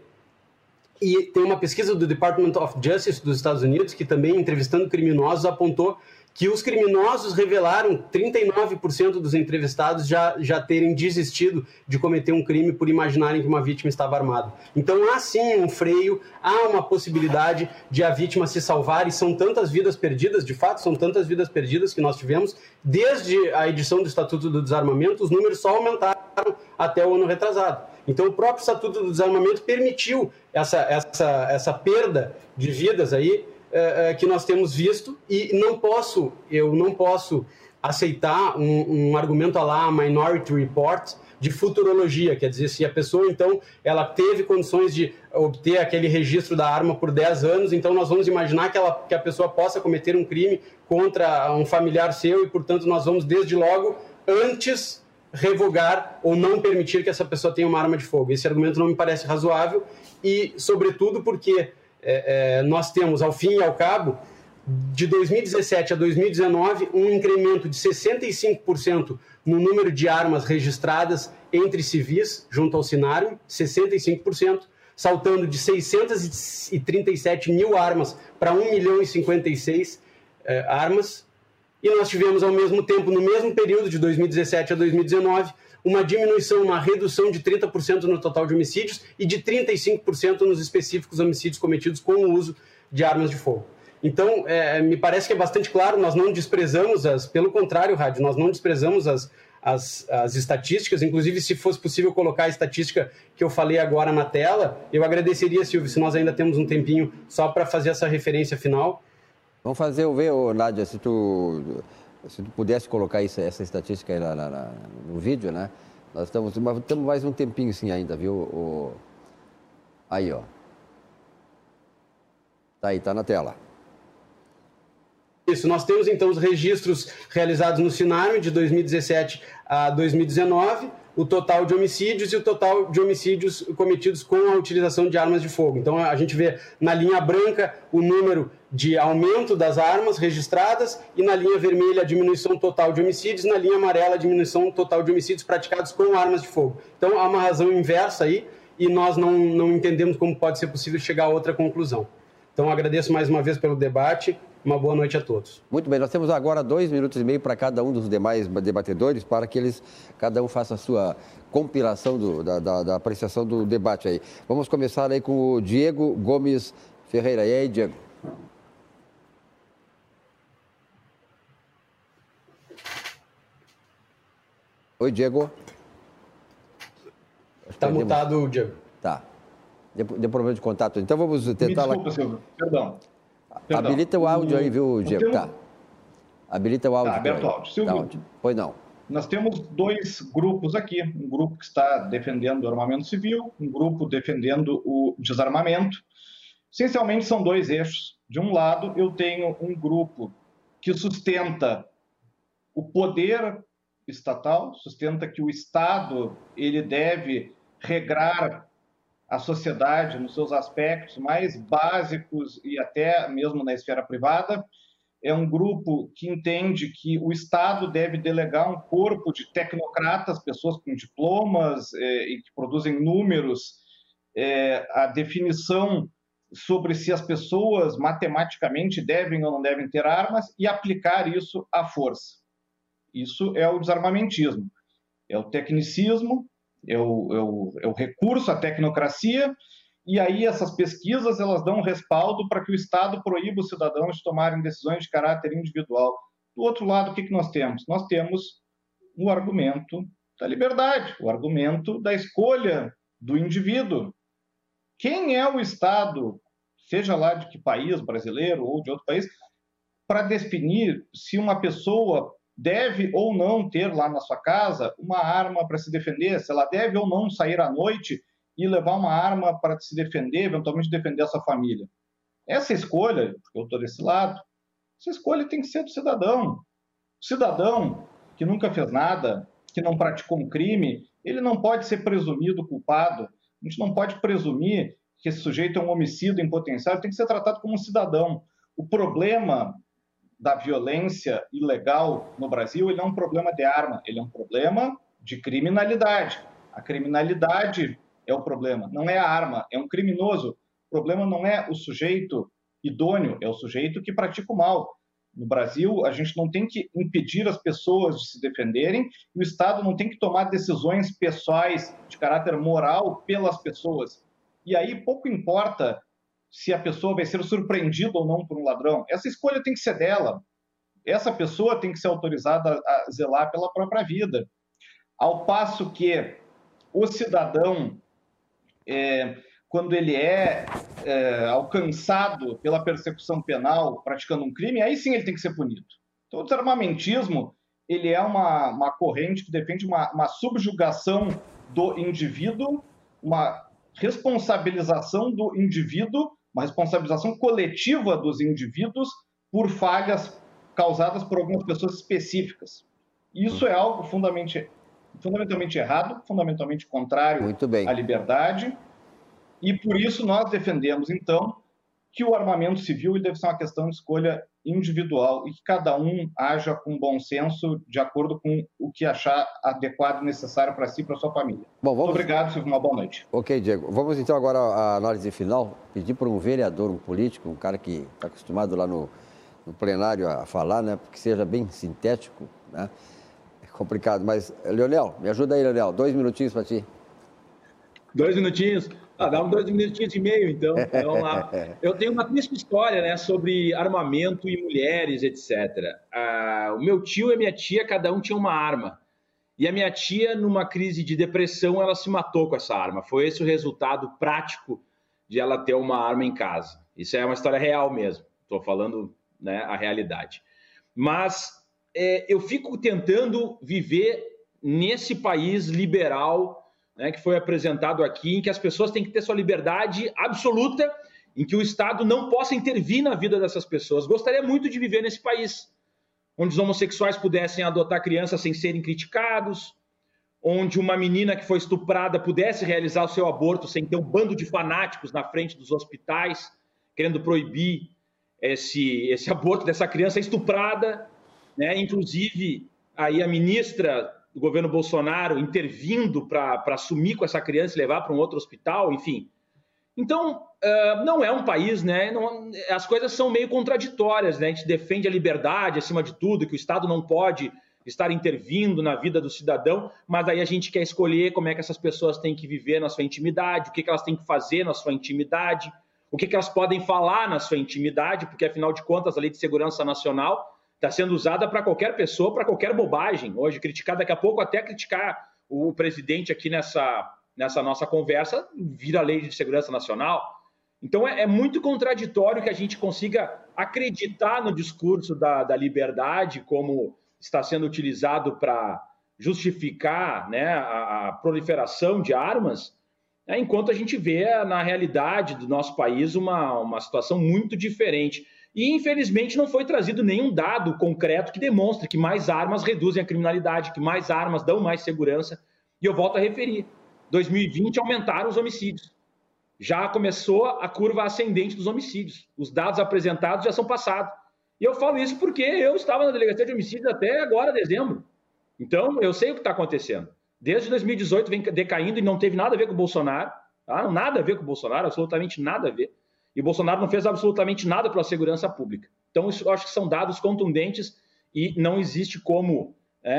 E tem uma pesquisa do Department of Justice dos Estados Unidos, que também, entrevistando criminosos, apontou que os criminosos revelaram 39% dos entrevistados já terem desistido de cometer um crime por imaginarem que uma vítima estava armada. Então há sim um freio, há uma possibilidade de a vítima se salvar, e são tantas vidas perdidas, de fato, são tantas vidas perdidas que nós tivemos, desde a edição do Estatuto do Desarmamento, os números só aumentaram até o ano retrasado. Então o próprio Estatuto do Desarmamento permitiu essa perda de vidas aí, que nós temos visto, e eu não posso aceitar um argumento à la Minority Report de futurologia, quer dizer, se a pessoa, então, ela teve condições de obter aquele registro da arma por 10 anos, então nós vamos imaginar que a pessoa possa cometer um crime contra um familiar seu, e, portanto, nós vamos, desde logo, antes revogar ou não permitir que essa pessoa tenha uma arma de fogo. Esse argumento não me parece razoável, e, sobretudo, porque nós temos, ao fim e ao cabo, de 2017 a 2019, um incremento de 65% no número de armas registradas entre civis junto ao Sinarme, 65%, saltando de 637 mil armas para 1.056.000 armas. E nós tivemos, ao mesmo tempo, no mesmo período de 2017 a 2019, uma redução de 30% no total de homicídios e de 35% nos específicos homicídios cometidos com o uso de armas de fogo. Então, me parece que é bastante claro, nós não desprezamos pelo contrário, Rádio, nós não desprezamos as estatísticas. Inclusive, se fosse possível colocar a estatística que eu falei agora na tela, eu agradeceria, Silvio, se nós ainda temos um tempinho só para fazer essa referência final. Vamos Nádia, se tu pudesse colocar essa estatística aí no vídeo, né? Nós temos mais um tempinho sim ainda, viu? Aí, ó. Tá aí, tá na tela. Isso, nós temos então os registros realizados no Sinarme de 2017 a 2019, o total de homicídios e o total de homicídios cometidos com a utilização de armas de fogo. Então a gente vê na linha branca o número de aumento das armas registradas, e na linha vermelha a diminuição total de homicídios, na linha amarela a diminuição total de homicídios praticados com armas de fogo. Então há uma razão inversa aí, e nós não entendemos como pode ser possível chegar a outra conclusão. Então agradeço mais uma vez pelo debate. Uma boa noite a todos. Muito bem, nós temos agora 2 minutos e meio para cada um dos demais debatedores, para que cada um faça a sua compilação da apreciação do debate aí. Vamos começar aí com o Diego Gomes Ferreira. E aí, Diego? Oi, Diego. Está mutado, Diego. Tá. Deu problema de contato. Então vamos tentar... Me desculpa, Silvio. Perdão. Habilita o áudio aí, viu, Diego? Tá. Habilita o áudio. Tá, aberto o áudio. Silvio, pois não. Nós temos 2 grupos aqui. Um grupo que está defendendo o armamento civil, um grupo defendendo o desarmamento. Essencialmente são 2 eixos. De um lado, eu tenho um grupo que sustenta o poder estatal, sustenta que o Estado ele deve regrar a sociedade nos seus aspectos mais básicos e até mesmo na esfera privada. É um grupo que entende que o Estado deve delegar um corpo de tecnocratas, pessoas com diplomas e que produzem números, a definição sobre se as pessoas matematicamente devem ou não devem ter armas, e aplicar isso à força. Isso é o desarmamentismo, é o tecnicismo, é o recurso à tecnocracia, e aí essas pesquisas elas dão um respaldo para que o Estado proíba os cidadãos de tomarem decisões de caráter individual. Do outro lado, o que nós temos? Nós temos o argumento da liberdade, o argumento da escolha do indivíduo. Quem é o Estado, seja lá de que país, brasileiro ou de outro país, para definir se uma pessoa deve ou não ter lá na sua casa uma arma para se defender, se ela deve ou não sair à noite e levar uma arma para se defender, eventualmente defender a sua família. Essa escolha, eu estou desse lado, essa escolha tem que ser do cidadão. O cidadão que nunca fez nada, que não praticou um crime, ele não pode ser presumido culpado. A gente não pode presumir que esse sujeito é um homicida em potencial, ele tem que ser tratado como um cidadão. O problema da violência ilegal no Brasil, ele é um problema de arma, ele é um problema de criminalidade. A criminalidade é o problema, não é a arma, é um criminoso. O problema não é o sujeito idôneo, é o sujeito que pratica o mal. no Brasil, a gente não tem que impedir as pessoas de se defenderem, e o Estado não tem que tomar decisões pessoais de caráter moral pelas pessoas. E aí pouco importa se a pessoa vai ser surpreendida ou não por um ladrão. Essa escolha tem que ser dela. Essa pessoa tem que ser autorizada a zelar pela própria vida. Ao passo que o cidadão, quando ele é alcançado pela persecução penal praticando um crime, aí sim ele tem que ser punido. Então, o desarmamentismo, ele é uma corrente que defende uma subjugação do indivíduo, uma responsabilização do indivíduo, uma responsabilização coletiva dos indivíduos por falhas causadas por algumas pessoas específicas. Isso é algo fundamentalmente errado, fundamentalmente contrário à liberdade, e por isso nós defendemos, então, que o armamento civil deve ser uma questão de escolha individual e que cada um haja com bom senso, de acordo com o que achar adequado e necessário para si e para sua família. Bom, Muito obrigado, Silvio, uma boa noite. Ok, Diego. Vamos então agora à análise final, pedir para um vereador, um político, um cara que está acostumado lá no plenário a falar, né, que seja bem sintético, né? É complicado, mas, Leonel, me ajuda aí, Leonel, 2 minutinhos para ti. 2 minutinhos? Dá uns 2 minutinhos e meio, então. Vamos lá. Eu tenho uma triste história, né, sobre armamento e mulheres, etc. O meu tio e a minha tia, cada um tinha uma arma. E a minha tia, numa crise de depressão, ela se matou com essa arma. Foi esse o resultado prático de ela ter uma arma em casa. Isso é uma história real mesmo. Estou falando, né, a realidade. Mas eu fico tentando viver nesse país liberal, né, que foi apresentado aqui, em que as pessoas têm que ter sua liberdade absoluta, em que o Estado não possa intervir na vida dessas pessoas. Gostaria muito de viver nesse país, onde os homossexuais pudessem adotar crianças sem serem criticados, onde uma menina que foi estuprada pudesse realizar o seu aborto sem ter um bando de fanáticos na frente dos hospitais, querendo proibir esse aborto dessa criança estuprada, né? Inclusive, aí a ministra do governo Bolsonaro intervindo para sumir com essa criança e levar para um outro hospital, enfim. Então, não é um país, né? As coisas são meio contraditórias, né? A gente defende a liberdade acima de tudo, que o Estado não pode estar intervindo na vida do cidadão, mas aí a gente quer escolher como é que essas pessoas têm que viver na sua intimidade, o que elas têm que fazer na sua intimidade, o que elas podem falar na sua intimidade, porque, afinal de contas, a Lei de Segurança Nacional está sendo usada para qualquer pessoa, para qualquer bobagem. Hoje, criticar, daqui a pouco, até criticar o presidente aqui nessa nossa conversa, vira Lei de Segurança Nacional. Então, é muito contraditório que a gente consiga acreditar no discurso da liberdade como está sendo utilizado para justificar, né, a proliferação de armas, enquanto a gente vê, na realidade do nosso país, uma situação muito diferente. E, infelizmente, não foi trazido nenhum dado concreto que demonstre que mais armas reduzem a criminalidade, que mais armas dão mais segurança. E eu volto a referir, 2020 aumentaram os homicídios. Já começou a curva ascendente dos homicídios. Os dados apresentados já são passados. E eu falo isso porque eu estava na delegacia de homicídios até agora, dezembro. Então, eu sei o que está acontecendo. Desde 2018 vem decaindo e não teve nada a ver com o Bolsonaro. Tá? Nada a ver com o Bolsonaro, absolutamente nada a ver. E o Bolsonaro não fez absolutamente nada pela segurança pública. Então, isso, eu acho que são dados contundentes e não existe como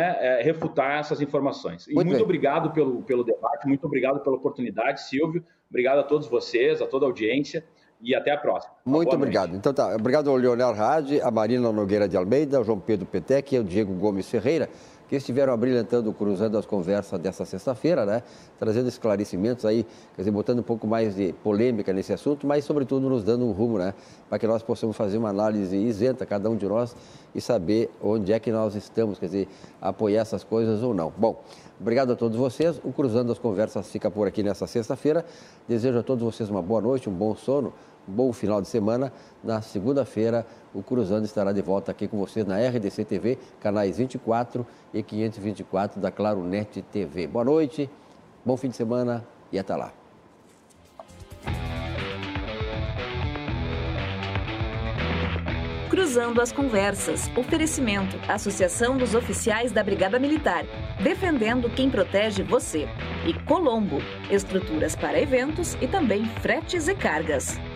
refutar essas informações. E muito obrigado pelo debate, muito obrigado pela oportunidade, Silvio. Obrigado a todos vocês, a toda a audiência e até a próxima. Muito obrigado. Então tá, obrigado ao Leonel Hadi, a Marina Nogueira de Almeida, ao João Pedro Petec e ao Diego Gomes Ferreira, que estiveram abrilhantando, cruzando as conversas dessa sexta-feira, né? Trazendo esclarecimentos aí, quer dizer, botando um pouco mais de polêmica nesse assunto, mas, sobretudo, nos dando um rumo, né? Para que nós possamos fazer uma análise isenta, cada um de nós, e saber onde é que nós estamos, quer dizer, apoiar essas coisas ou não. Bom, obrigado a todos vocês. O Cruzando as Conversas fica por aqui nessa sexta-feira. Desejo a todos vocês uma boa noite, um bom sono, um bom final de semana. Na segunda-feira, o Cruzando estará de volta aqui com vocês na RDC TV, canais 24 e 524 da Claro Net TV. Boa noite, bom fim de semana e até lá. Cruzando as Conversas. Oferecimento. Associação dos Oficiais da Brigada Militar. Defendendo quem protege você. E Colombo. Estruturas para eventos e também fretes e cargas.